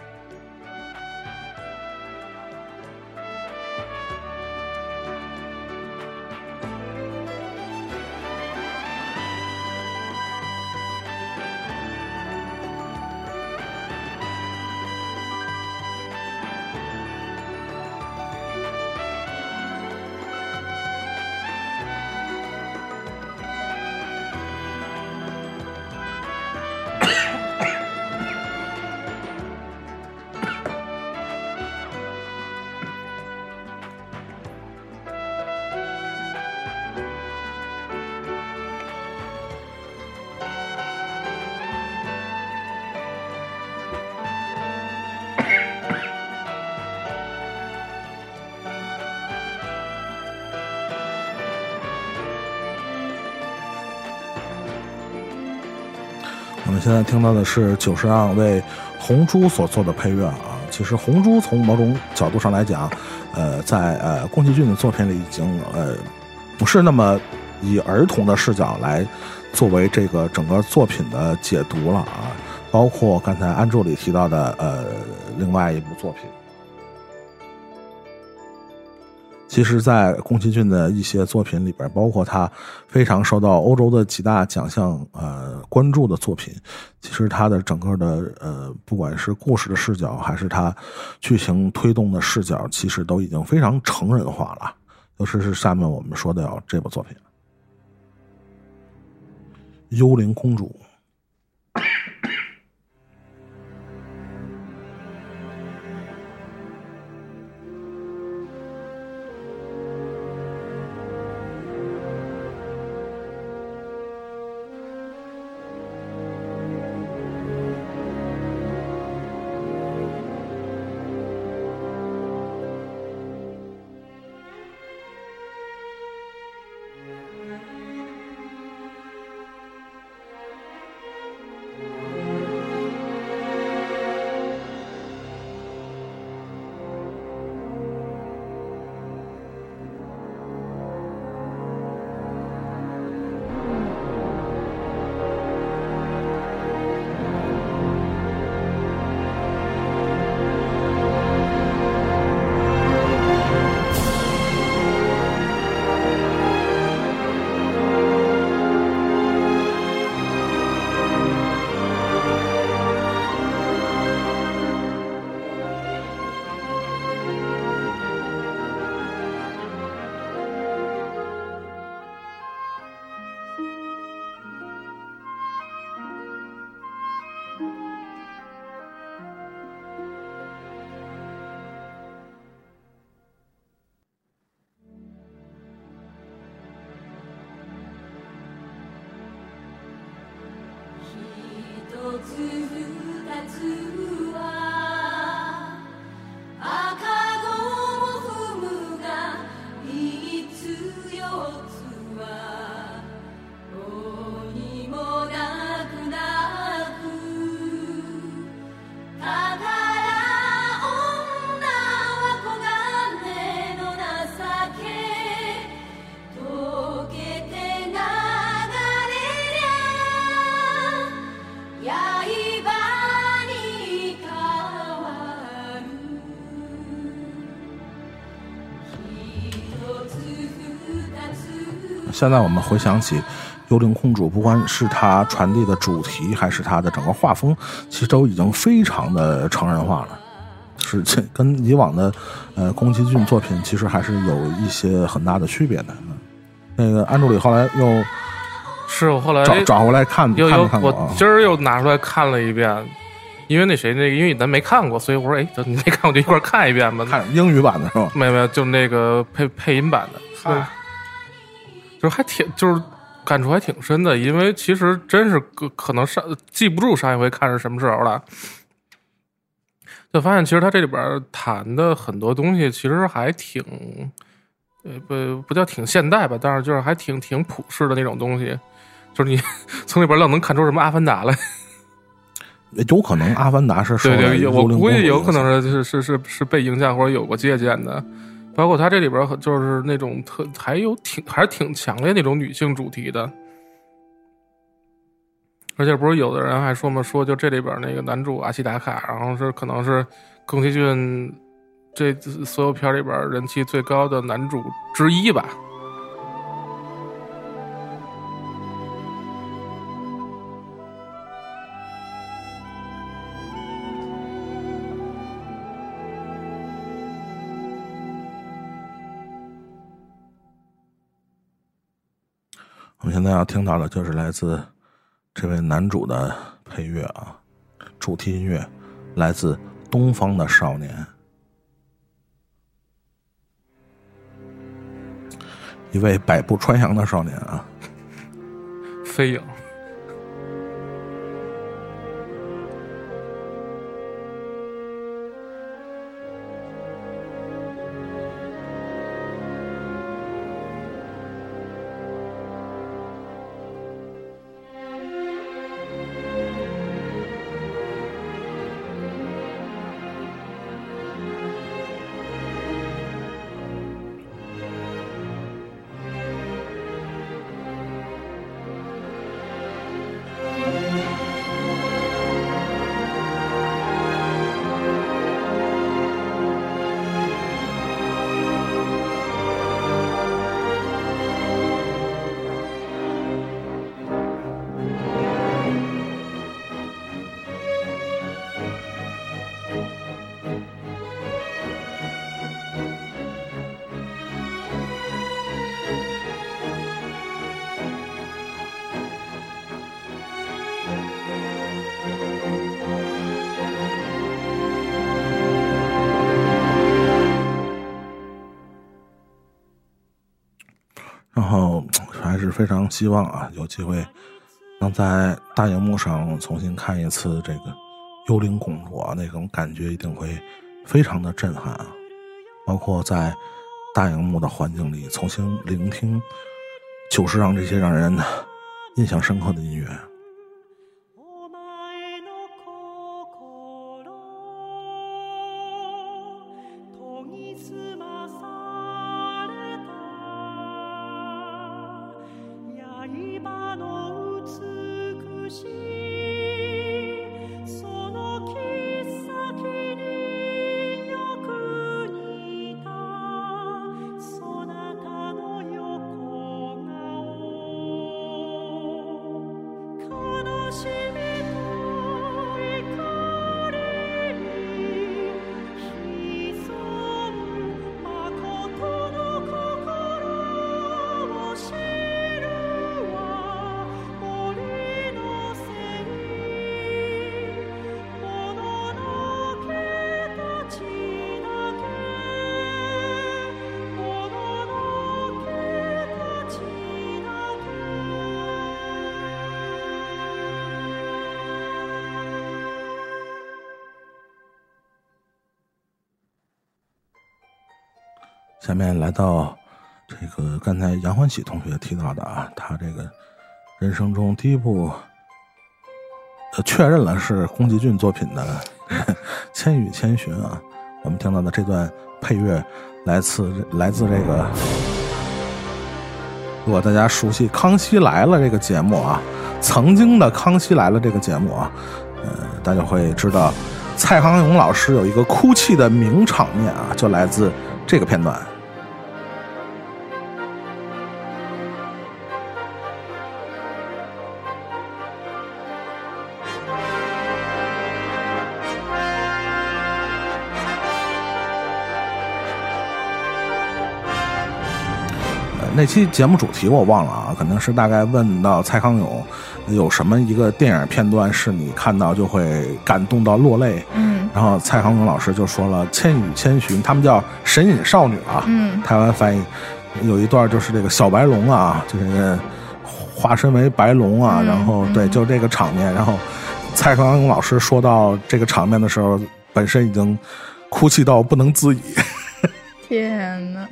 S1: 我们现在听到的是久石让为红猪所做的配乐啊。其实红猪从某种角度上来讲，呃，在呃宫崎骏的作品里已经呃不是那么以儿童的视角来作为这个整个作品的解读了啊。包括刚才安助理提到的呃另外一部作品。其实在宫崎骏的一些作品里边，包括他非常受到欧洲的几大奖项呃关注的作品，其实他的整个的呃不管是故事的视角还是他剧情推动的视角，其实都已经非常成人化了。尤其是下面我们说的有这部作品《幽灵公主》。
S4: 刃
S1: 现在我们回想起《幽灵公主》，不管是它传递的主题，还是它的整个画风，其实都已经非常的成人化了。是跟以往的呃宫崎骏作品其实还是有一些很大的区别的。那个安助理后来又
S2: 是我后来
S1: 找找回来看
S2: 又又
S1: 看看过、啊、
S2: 我今儿又拿出来看了一遍，因为那谁那个因为咱没看过，所以我说哎，你没看过就一块看一遍吧。
S1: 看英语版的是吧？
S2: 没有没有，就那个配配音版的，
S1: 就是
S2: 就是还挺就是感触还挺深的，因为其实真是可能上记不住上一回看是什么时候了。就发现其实他这里边谈的很多东西其实还挺呃不不叫挺现代吧，但是就是还挺挺普世的那种东西，就是你从里边愣能看出什么阿凡达来。
S1: 有可能阿凡达是受
S2: 对对，我估计有可能
S1: 是
S2: 是是是是被影响或者有过借鉴的，包括他这里边就是那种特还有挺还是挺强烈那种女性主题的。而且不是有的人还说嘛，说就这里边那个男主阿西达卡，然后是可能是宫崎骏这所有片里边人气最高的男主之一吧。
S1: 我们现在要听到的就是来自这位男主的配乐啊，主题音乐来自《东方的少年》，一位百步穿杨的少年啊，
S2: 飞影。
S1: 然后还是非常希望啊，有机会能在大荧幕上重新看一次这个幽灵公主啊，那种感觉一定会非常的震撼啊！包括在大荧幕的环境里重新聆听久石让这些让人印象深刻的音乐。下面来到这个刚才杨欢喜同学提到的啊，他这个人生中第一部呃确认了是宫崎骏作品的《千与千寻》啊，我们听到的这段配乐来自来自这个，如果大家熟悉《康熙来了》这个节目啊，曾经的《康熙来了》这个节目啊，呃，大家会知道蔡康永老师有一个哭泣的名场面啊，就来自这个片段。 那期节目主题我忘了啊，可能是大概问到蔡康永有什么一个电影片段是你看到就会感动到落泪，
S3: 嗯，
S1: 然后蔡康永老师就说了《千与千寻》，他们叫神隐少女啊，
S3: 嗯，
S1: 台湾翻译有一段就是这个小白龙啊，就是这个化身为白龙啊，
S3: 嗯、
S1: 然后对，就这个场面，然后蔡康永老师说到这个场面的时候，本身已经哭泣到不能自已。
S3: 天哪！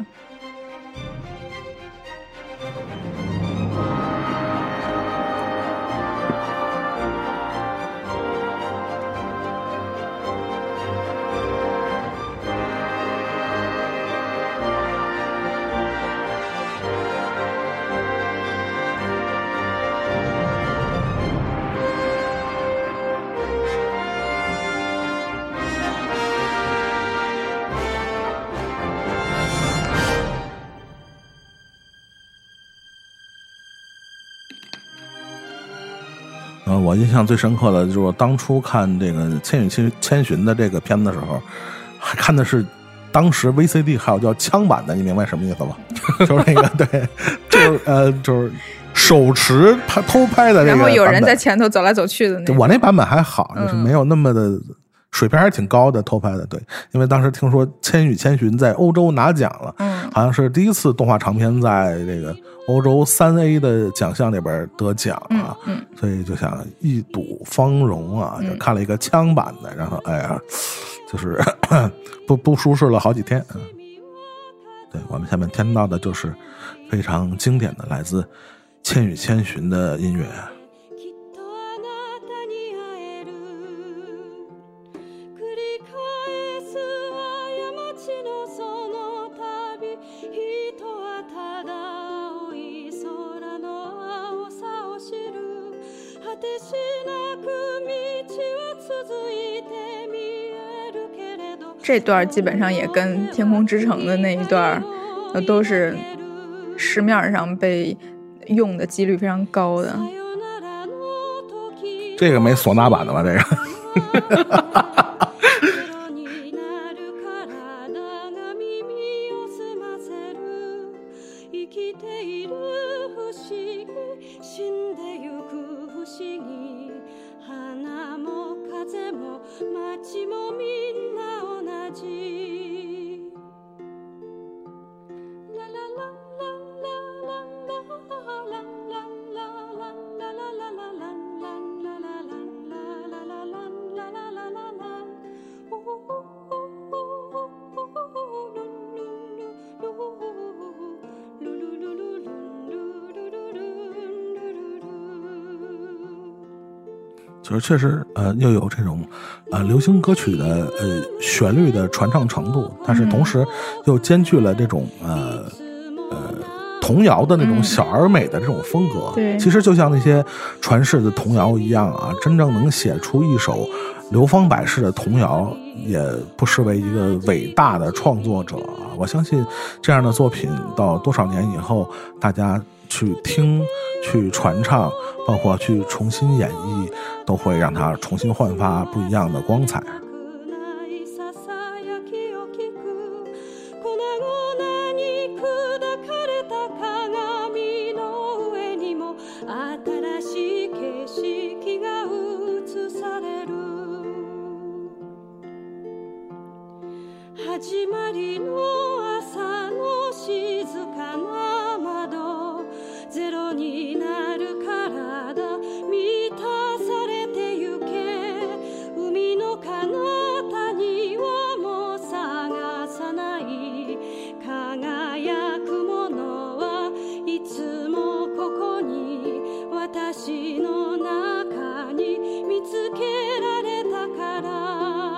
S1: 呃，我印象最深刻的就是我当初看这个《千与千千寻》的这个片的时候，还看的是当时 V C D 还有叫枪版的，你明白什么意思吧？就是那个对，就是呃，就是手持拍偷拍的这个，
S3: 然后有人在前头走来走去的那个。
S1: 我那版本还好，就是没有那么的。水平还是挺高的，偷拍的，对，因为当时听说《千与千寻》在欧洲拿奖了，
S3: 嗯，
S1: 好像是第一次动画长片在这个欧洲三 A 的奖项里边得奖啊，
S3: 嗯，嗯
S1: 所以就想一睹芳容啊，就看了一个枪版的，然后哎呀，就是不不舒适了好几天。嗯，对，我们下面听到的就是非常经典的来自《千与千寻》的音乐。
S3: 这段基本上也跟《天空之城》的那一段都是市面上被用的几率非常高的。
S1: 这个没唢呐版的吧？这个就是确实呃又有这种呃流行歌曲的呃旋律的传唱程度，但是同时又兼具了这种呃呃童谣的那种小而美的这种风格。
S3: 对，
S1: 其实就像那些传世的童谣一样啊，真正能写出一首流芳百世的童谣，也不失为一个伟大的创作者啊。我相信这样的作品到多少年以后，大家去听去传唱，包括去重新演绎，都会让它重新焕发不一样的光彩。
S5: 始まりの朝の静かな窓、ゼロになる体満たされてゆけ、海の彼方にはもう探さない、輝くものはいつもここに、私の中に見つけられたから。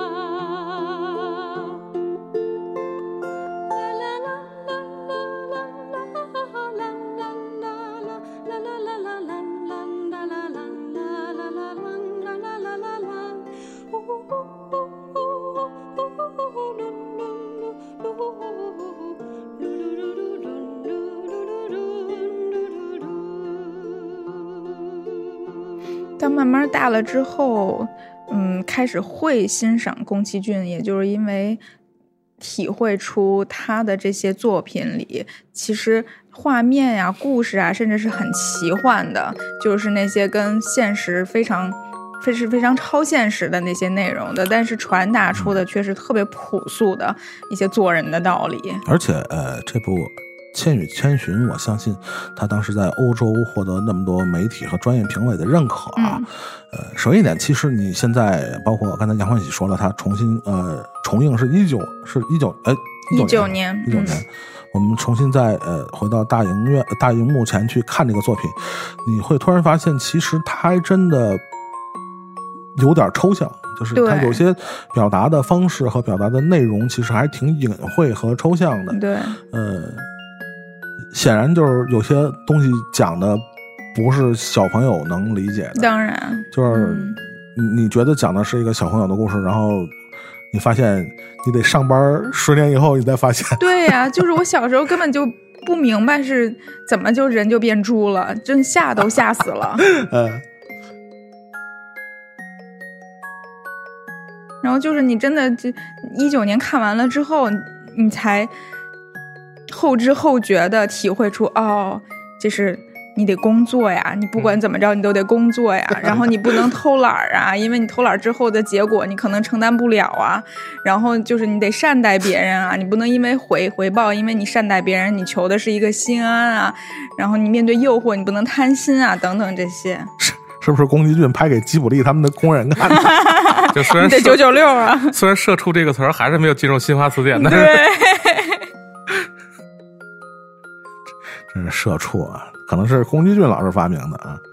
S3: 当慢慢大了之后，嗯，开始会欣赏宫崎骏，也就是因为体会出他的这些作品里，其实画面呀、故事啊，甚至是很奇幻的，就是那些跟现实非常。非是非常超现实的那些内容的，但是传达出的却是特别朴素的一些做人的道理。
S1: 而且，呃，这部《千与千寻》，我相信他当时在欧洲获得那么多媒体和专业评委的认可啊。嗯、呃，首先一点，其实你现在包括刚才杨欢喜说了，他重新呃重映是一九是一九呃
S3: 一九年
S1: 一九年。嗯我们重新再呃回到大荧院大荧幕前去看这个作品，你会突然发现，其实他还真的有点抽象，就是他有些表达的方式和表达的内容其实还挺隐晦和抽象的。
S3: 对，
S1: 呃，显然就是有些东西讲的不是小朋友能理解的。
S3: 当然，
S1: 就是你你觉得讲的是一个小朋友的故事，然后你发现你得上班十年以后，你才发现。
S3: 对呀、啊，就是我小时候根本就不明白是怎么就人就变猪了，真吓都吓死了。
S1: 嗯。
S3: 然后就是你真的这一九年看完了之后，你才后知后觉的体会出，哦，这是你得工作呀，你不管怎么着你都得工作呀，然后你不能偷懒啊，因为你偷懒之后的结果你可能承担不了啊，然后就是你得善待别人啊，你不能因为回回报，因为你善待别人，你求的是一个心安啊，然后你面对诱惑你不能贪心啊，等等这些。
S1: 是不是宫崎骏拍给吉卜力他们的工人看的？
S2: 就虽然
S3: 得九九六啊，
S2: 虽然社畜这个词儿还是没有进入新华词典，但是
S3: 对，
S1: 真是社畜啊，可能是宫崎骏老师发明的啊。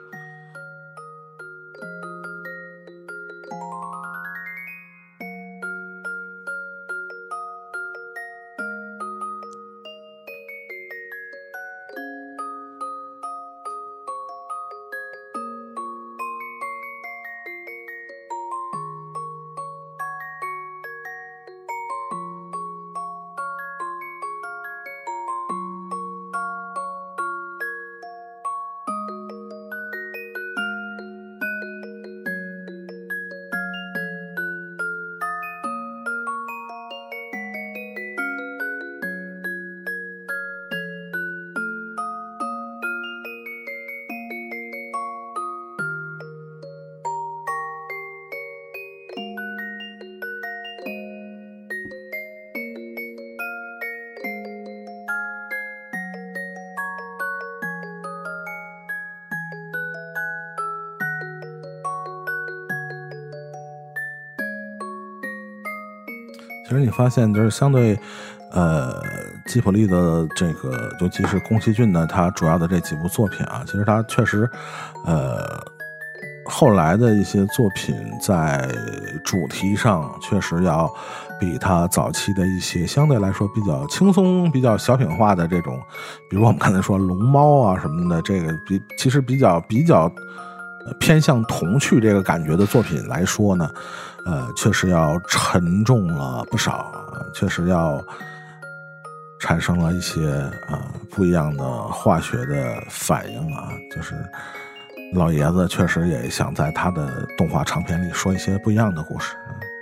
S1: 其实你发现，就是相对，呃，吉卜力的这个，尤其是宫崎骏的他主要的这几部作品啊，其实他确实，呃，后来的一些作品在主题上确实要比他早期的一些相对来说比较轻松、比较小品化的这种，比如我们刚才说龙猫啊什么的，这个比其实比较比较偏向童趣这个感觉的作品来说呢。呃，确实要沉重了不少，确实要产生了一些啊、呃、不一样的化学的反应啊，就是老爷子确实也想在他的动画长片里说一些不一样的故事。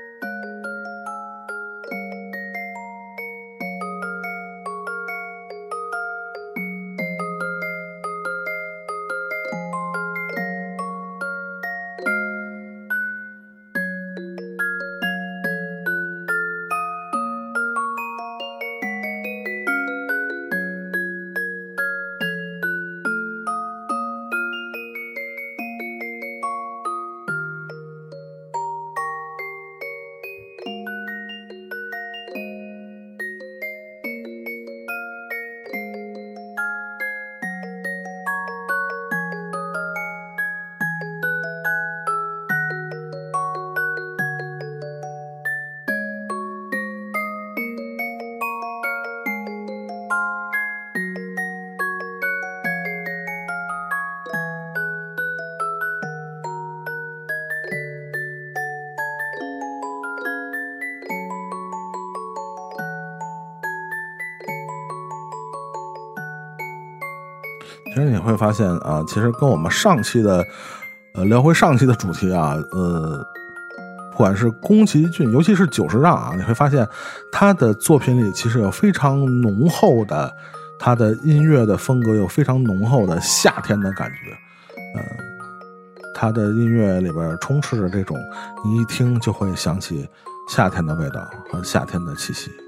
S1: 其实你会发现啊，其实跟我们上期的，呃，聊回上期的主题啊，呃， 管是宫崎骏，尤其是久石让啊，你会发现他的作品里其实有非常浓厚的，他的音乐的风格有非常浓厚的夏天的感觉。呃，他的音乐里边充斥着这种你一听就会想起夏天的味道和夏天的气息。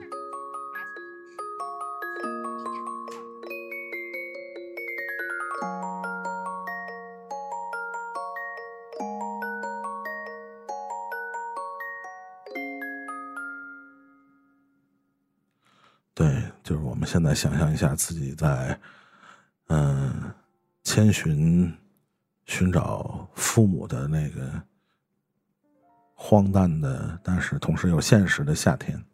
S1: 对，就是我们现在想象一下自己在嗯千寻寻找父母的那个荒诞的但是同时又现实的夏天。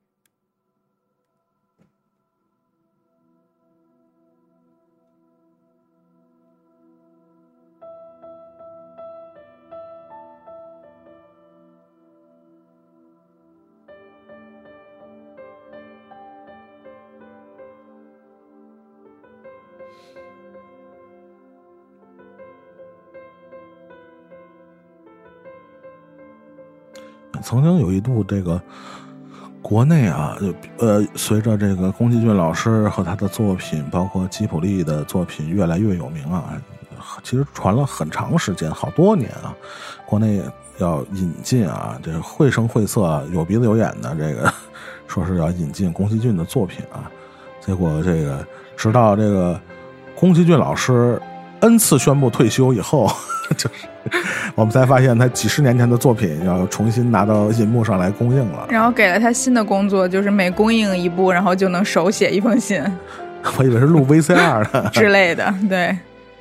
S1: 曾经有一度这个国内啊，呃，随着这个宫崎骏老师和他的作品，包括吉卜力的作品越来越有名啊，其实传了很长时间，好多年啊，国内要引进啊，这个绘声绘色、有鼻子有眼的这个，说是要引进宫崎骏的作品啊，结果这个直到这个宫崎骏老师 N 次宣布退休以后。就是我们才发现他几十年前的作品要重新拿到银幕上来公映了，
S3: 然后给了他新的工作，就是每公映一部然后就能手写一封信。
S1: 我以为是录 V C R 的
S3: 之类的。对，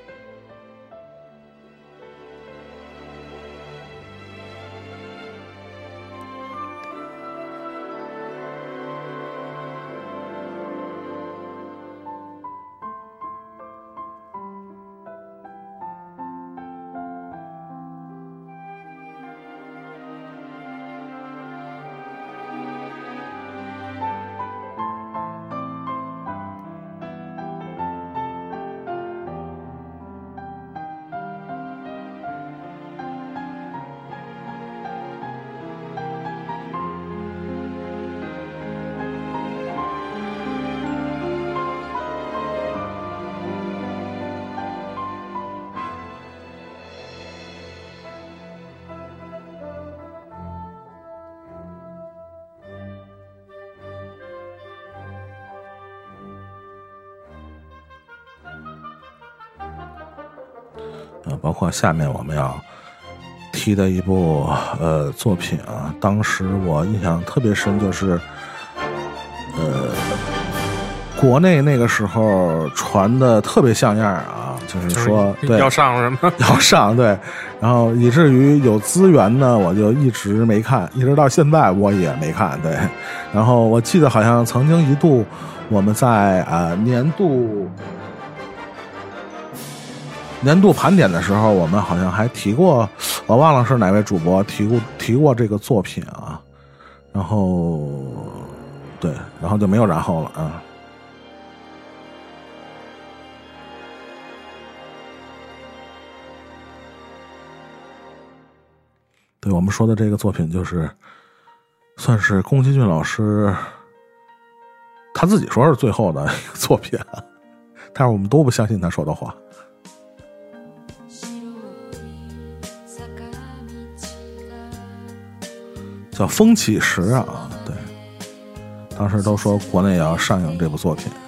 S1: 呃，包括下面我们要提的一部呃作品啊，当时我印象特别深，就是呃国内那个时候传的特别像样啊，就是说对
S2: 要上什么
S1: 要上对，然后以至于有资源呢，我就一直没看，一直到现在我也没看。对，然后我记得好像曾经一度我们在啊、呃、年度。年度盘点的时候，我们好像还提过，我忘了是哪位主播提过提过这个作品啊，然后对，然后就没有然后了啊。对，我们说的这个作品就是算是宫崎骏老师他自己说是最后的一个作品，但是我们都不相信他说的话。叫风起时啊，对，当时都说国内也要上映这部作品。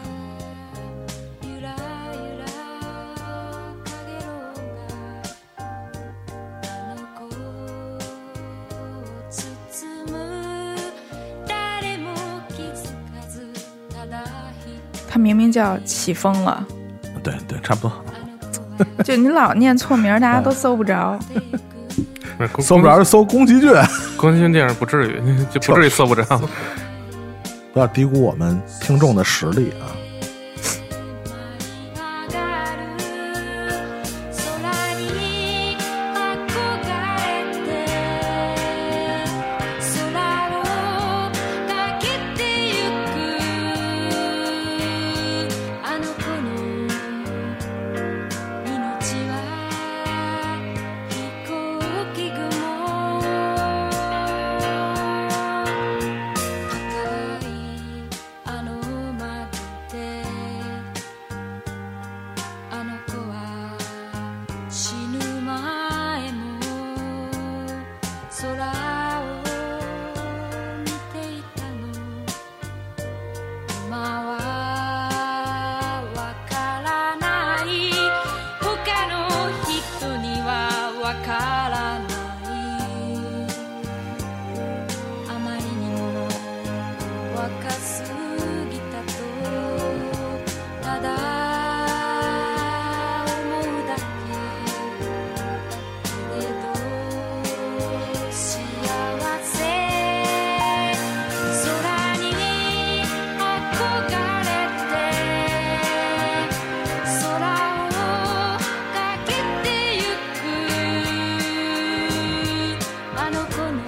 S3: 他明明叫起风了，
S1: 对对，差不多。
S3: 就你老念错名，大家都搜不着。
S1: 搜不着就搜宫崎骏，
S2: 宫崎骏电影不至于，就不至于搜不着。
S1: 不要低估我们听众的实力啊！
S4: あまりにも若すぎたとただ思うだけけれど幸せ空に憧れて空をかけてゆくあの子の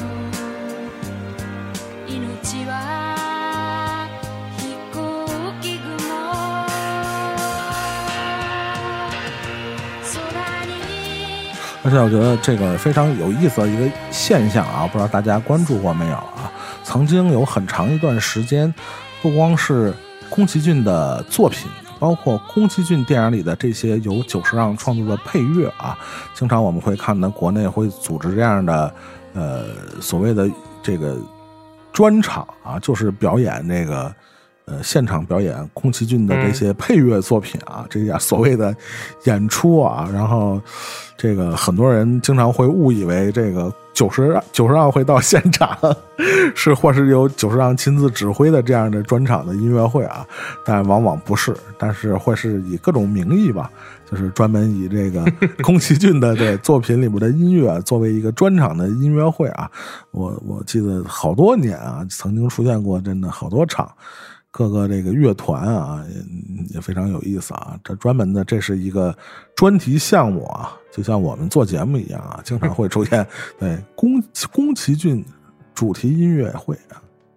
S4: 命は飛行機雲空に
S1: 而且我觉得这个非常有意思的一个现象啊，不知道大家关注过没有啊？曾经有很长一段时间，不光是宫崎骏的作品，包括宫崎骏电影里的这些由久石让创作的配乐啊，经常我们会看到国内会组织这样的呃所谓的这个专场啊，就是表演这个呃现场表演宫崎骏的这些配乐作品啊，这样所谓的演出啊，然后这个很多人经常会误以为这个久石让久石让会到现场，是或是由久石让亲自指挥的这样的专场的音乐会啊，但往往不是，但是会是以各种名义吧，就是专门以这个宫崎骏的这作品里面的音乐作为一个专场的音乐会啊。我我记得好多年啊，曾经出现过真的好多场。各个这个乐团啊也也非常有意思啊，这专门的这是一个专题项目啊，就像我们做节目一样啊，经常会出现对宫宫崎骏主题音乐会啊。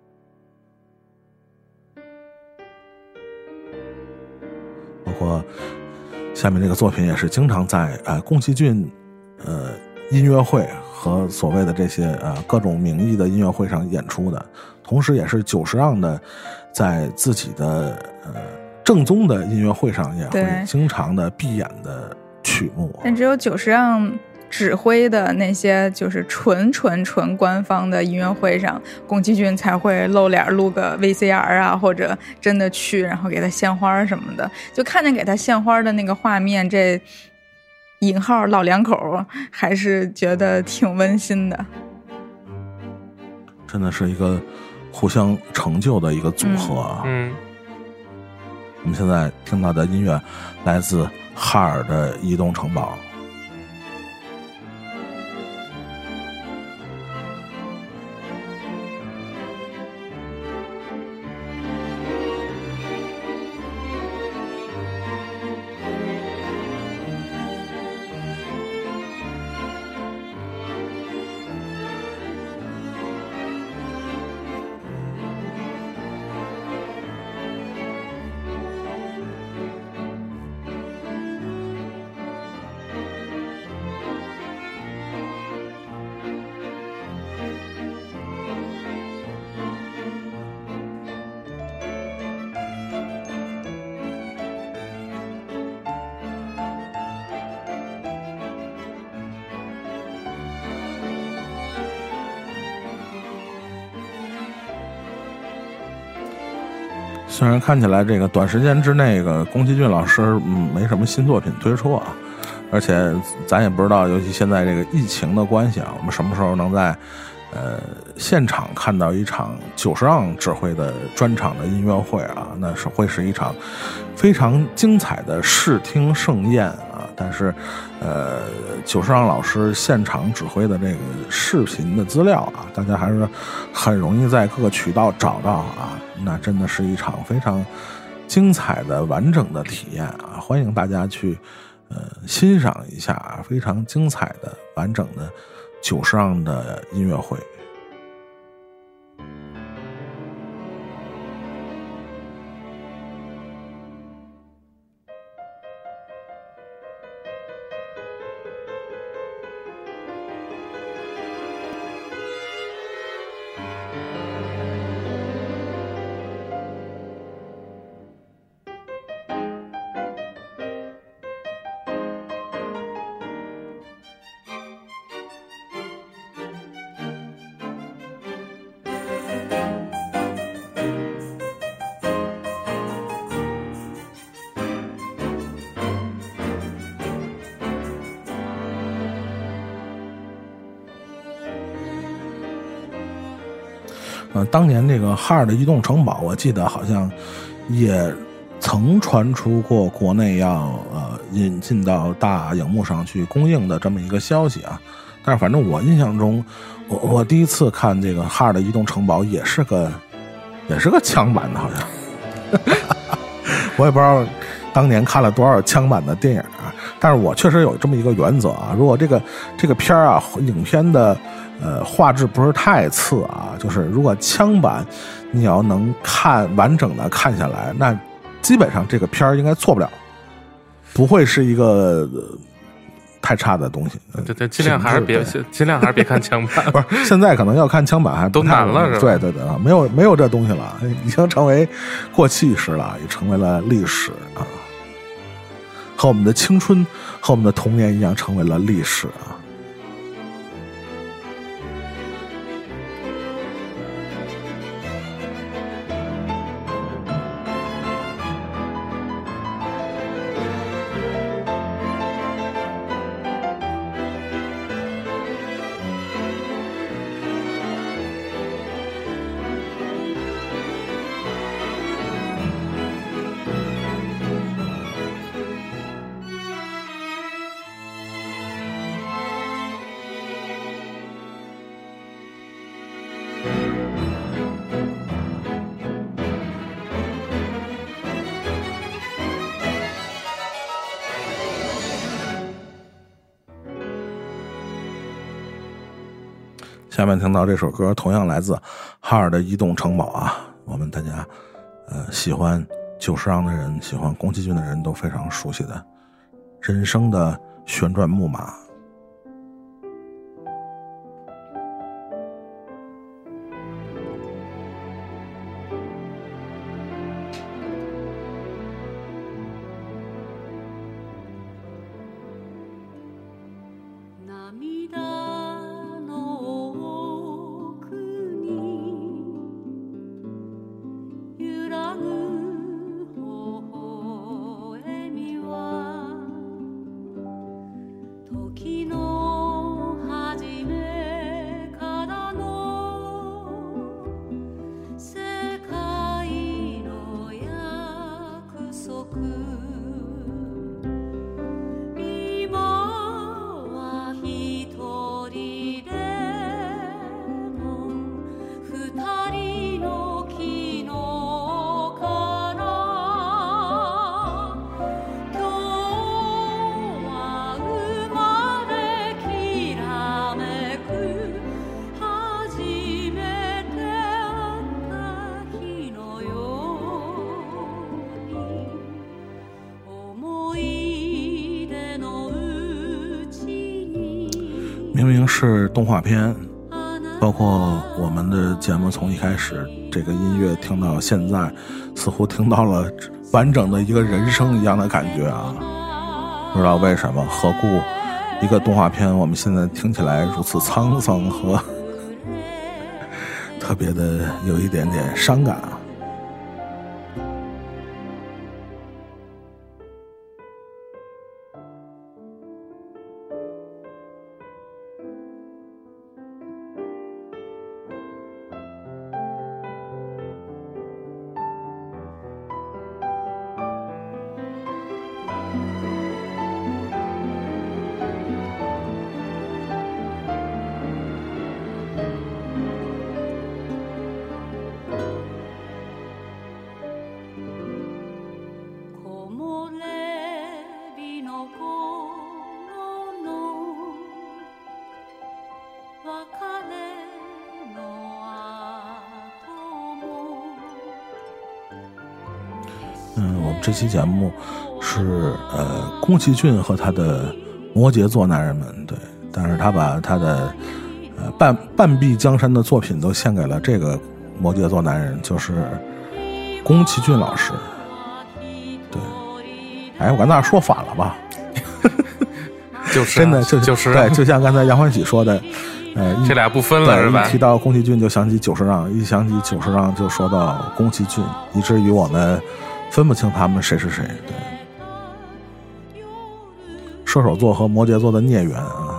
S1: 包括下面这个作品也是经常在呃宫崎骏呃音乐会和所谓的这些呃各种名义的音乐会上演出的，同时也是久石让的在自己的呃正宗的音乐会上也会经常的闭演的曲目。
S3: 但只有久石让指挥的那些就是纯纯纯官方的音乐会上，宫崎骏才会露脸录个 V C R 啊，或者真的去然后给他献花什么的，就看见给他献花的那个画面，这引号老两口还是觉得挺温馨的，
S1: 真的是一个互相成就的一个组合啊。
S2: 嗯，
S1: 我们现在听到的音乐来自哈尔的《移动城堡》。虽然看起来这个短时间之内，个宫崎骏老师嗯没什么新作品推出啊，而且咱也不知道，尤其现在这个疫情的关系啊，我们什么时候能在呃现场看到一场久石让指挥的专场的音乐会啊？那是会是一场非常精彩的视听盛宴啊！但是呃，久石让老师现场指挥的这个视频的资料啊，大家还是很容易在各个渠道找到啊。那真的是一场非常精彩的完整的体验啊！欢迎大家去呃欣赏一下啊，非常精彩的完整的久石让的音乐会。 呃，当年这个哈尔的移动城堡，我记得好像也曾传出过国内要呃引进到大荧幕上去公映的这么一个消息啊。但是反正我印象中，我我第一次看这个哈尔的移动城堡也是个也是个枪版的，好像我也不知道当年看了多少枪版的电影啊。但是我确实有这么一个原则啊，如果这个这个片儿啊，影片的呃画质不是太次啊，就是如果枪版你要能看完整的看下来，那基本上这个片儿应该错不了，不会是一个、呃、太差的东西。
S2: 对对，尽量还是别尽量还是别看枪版。
S1: 不是，现在可能要看枪版还
S2: 都难了，是吧？
S1: 对对对，没有没有这东西了，已经成为过气时了，也成为了历史啊。和我们的青春和我们的童年一样成为了历史啊。下面听到这首歌同样来自哈尔的移动城堡啊，我们大家呃喜欢久石让的人，喜欢宫崎骏的人都非常熟悉的人生的旋转木马。明明是动画片，包括我们的节目从一开始这个音乐听到现在，似乎听到了完整的一个人生一样的感觉啊！不知道为什么，何故一个动画片我们现在听起来如此沧桑和特别的有一点点伤感啊！嗯，我们这期节目是呃宫崎骏和他的摩羯座男人们，对，但是他把他的呃半半壁江山的作品都献给了这个摩羯座男人，就是宫崎骏老师。对，哎，我刚才说反了吧？
S2: 就是、啊、
S1: 真的就
S2: 就是、
S1: 对，就像刚才杨欢喜说的，呃，
S2: 这俩不分了是吧？
S1: 一提到宫崎骏就想起久石让，一想起久石让就说到宫崎骏，以至于我们分不清他们谁是谁。对，射手座和摩羯座的孽缘啊。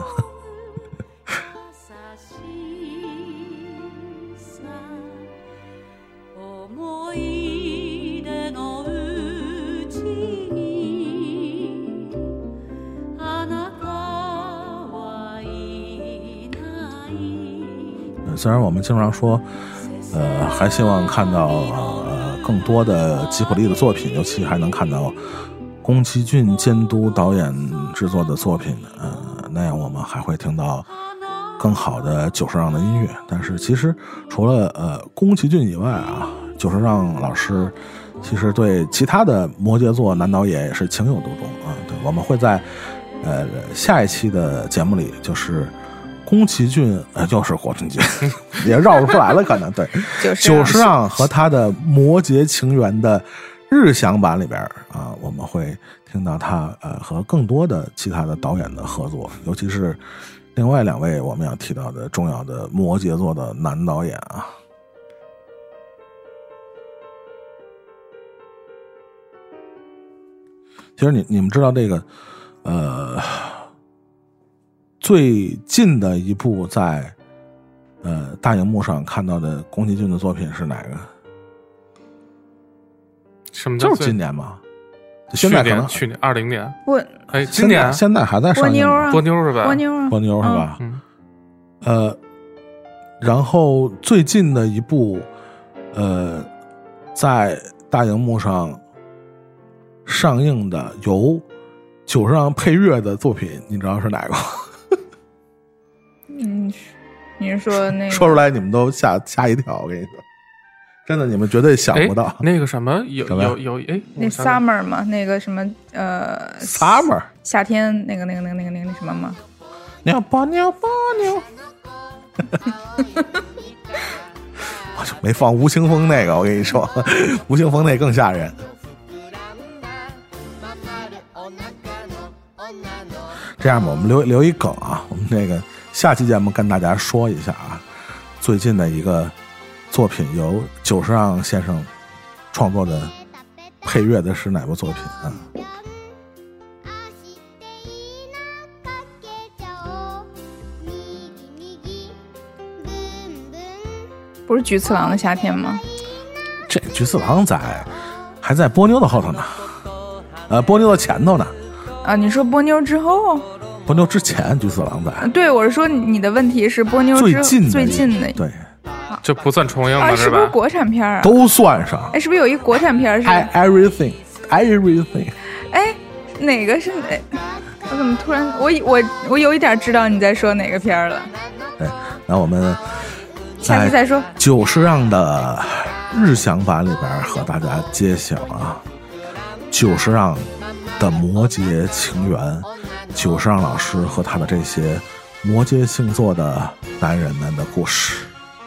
S1: 虽然我们经常说，呃，还希望看到呃更多的吉卜力的作品，尤其还能看到宫崎骏监督导演制作的作品，呃，那样我们还会听到更好的久石让的音乐。但是其实除了呃宫崎骏以外啊，久石让老师其实对其他的摩羯座男导演也是情有独钟啊。对，我们会在呃下一期的节目里，就是宫崎骏，呃，又是宫崎骏，也绕不出来了，可能对。久石让和他的《摩羯情缘》的日详版里边啊，我们会听到他呃和更多的其他的导演的合作，尤其是另外两位我们要提到的重要的摩羯座的男导演啊。其实你你们知道这个，呃，最近的一部在呃大荧幕上看到的宫崎骏的作品是哪个？
S2: 什么？
S1: 就是今年嘛。现在可能
S2: 去年二零年，
S3: 我
S2: 哎，今年
S1: 现在还在上映。
S3: 波妞啊，
S2: 波妞是吧？
S3: 波妞啊，
S1: 波妞是吧？
S2: 嗯。
S1: 呃，然后最近的一部，呃，在大荧幕上上映的由久石让配乐的作品，你知道是哪个吗？
S3: 嗯，你是说那个？
S1: 说出来你们都吓吓一跳，我跟你说，真的，你们绝对想不到。
S2: 那个什么有
S1: 什么
S2: 有有哎，
S3: 那 summer 嘛，那个什么呃
S1: summer
S3: 夏天那个那个那个那个那个什么嘛？
S1: 牛波牛波牛。我就没放吴青峰那个，我跟你说，吴青峰那更吓人。这样吧，我们留留一梗啊，我们那个下期节目跟大家说一下啊，最近的一个作品由久石让先生创作的配乐的是哪部作品啊？
S3: 不是菊次郎的夏天吗？
S1: 这菊次郎在还在波妞的后头呢，呃，波妞的前头呢。
S3: 啊，你说波妞之后？
S1: 波妞之前菊次郎在。
S3: 对，我是说你的问题是波妞
S1: 最近的
S3: 最近的，
S1: 对，
S2: 这不算重映吧？
S3: 啊，
S2: 是吧？
S3: 是不是国产片啊？
S1: 都算上。
S3: 哎，是不是有一国产片是
S1: ？Everything, everything。
S3: 哎，哪个是哪？我怎么突然我我我有一点知道你在说哪个片了？
S1: 对，那我们
S3: 下次再说。
S1: 久石让的日详版里边和大家揭晓啊，久石让的摩羯情缘，久石让老师和他的这些摩羯星座的男人们的故事。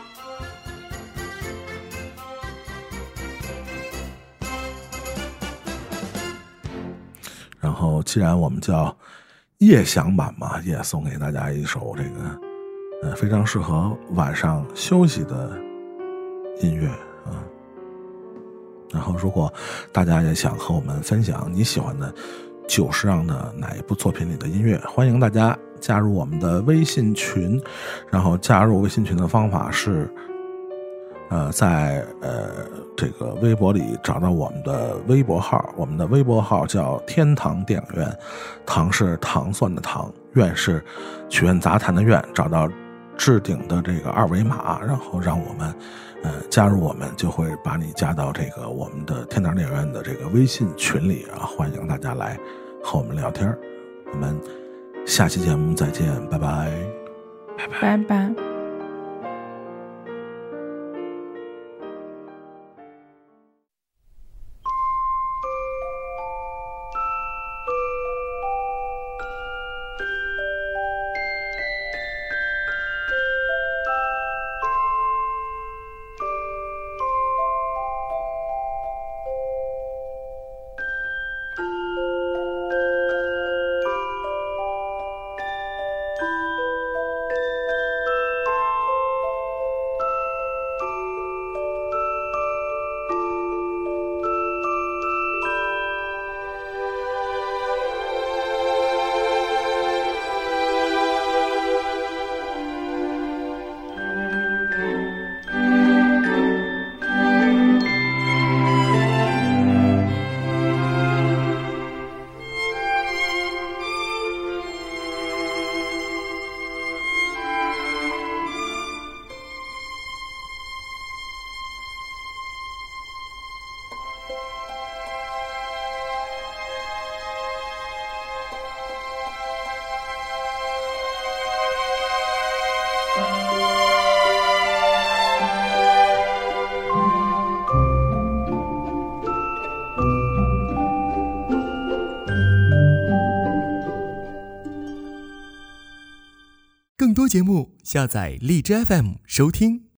S1: 然后既然我们叫夜详版嘛，也送给大家一首这个呃非常适合晚上休息的音乐啊。然后如果大家也想和我们分享你喜欢的久石让的哪一部作品里的音乐，欢迎大家加入我们的微信群。然后加入微信群的方法是呃在呃这个微博里找到我们的微博号，我们的微博号叫天堂电影院，糖是糖蒜的糖，院是曲苑杂谈的院，找到置顶的这个二维码，然后让我们呃加入我们，就会把你加到这个我们的天堂电影院的这个微信群里啊，欢迎大家来和我们聊天。我们下期节目再见，拜拜，
S3: 拜拜拜拜。
S6: 更多节目，下载荔枝 F M 收听。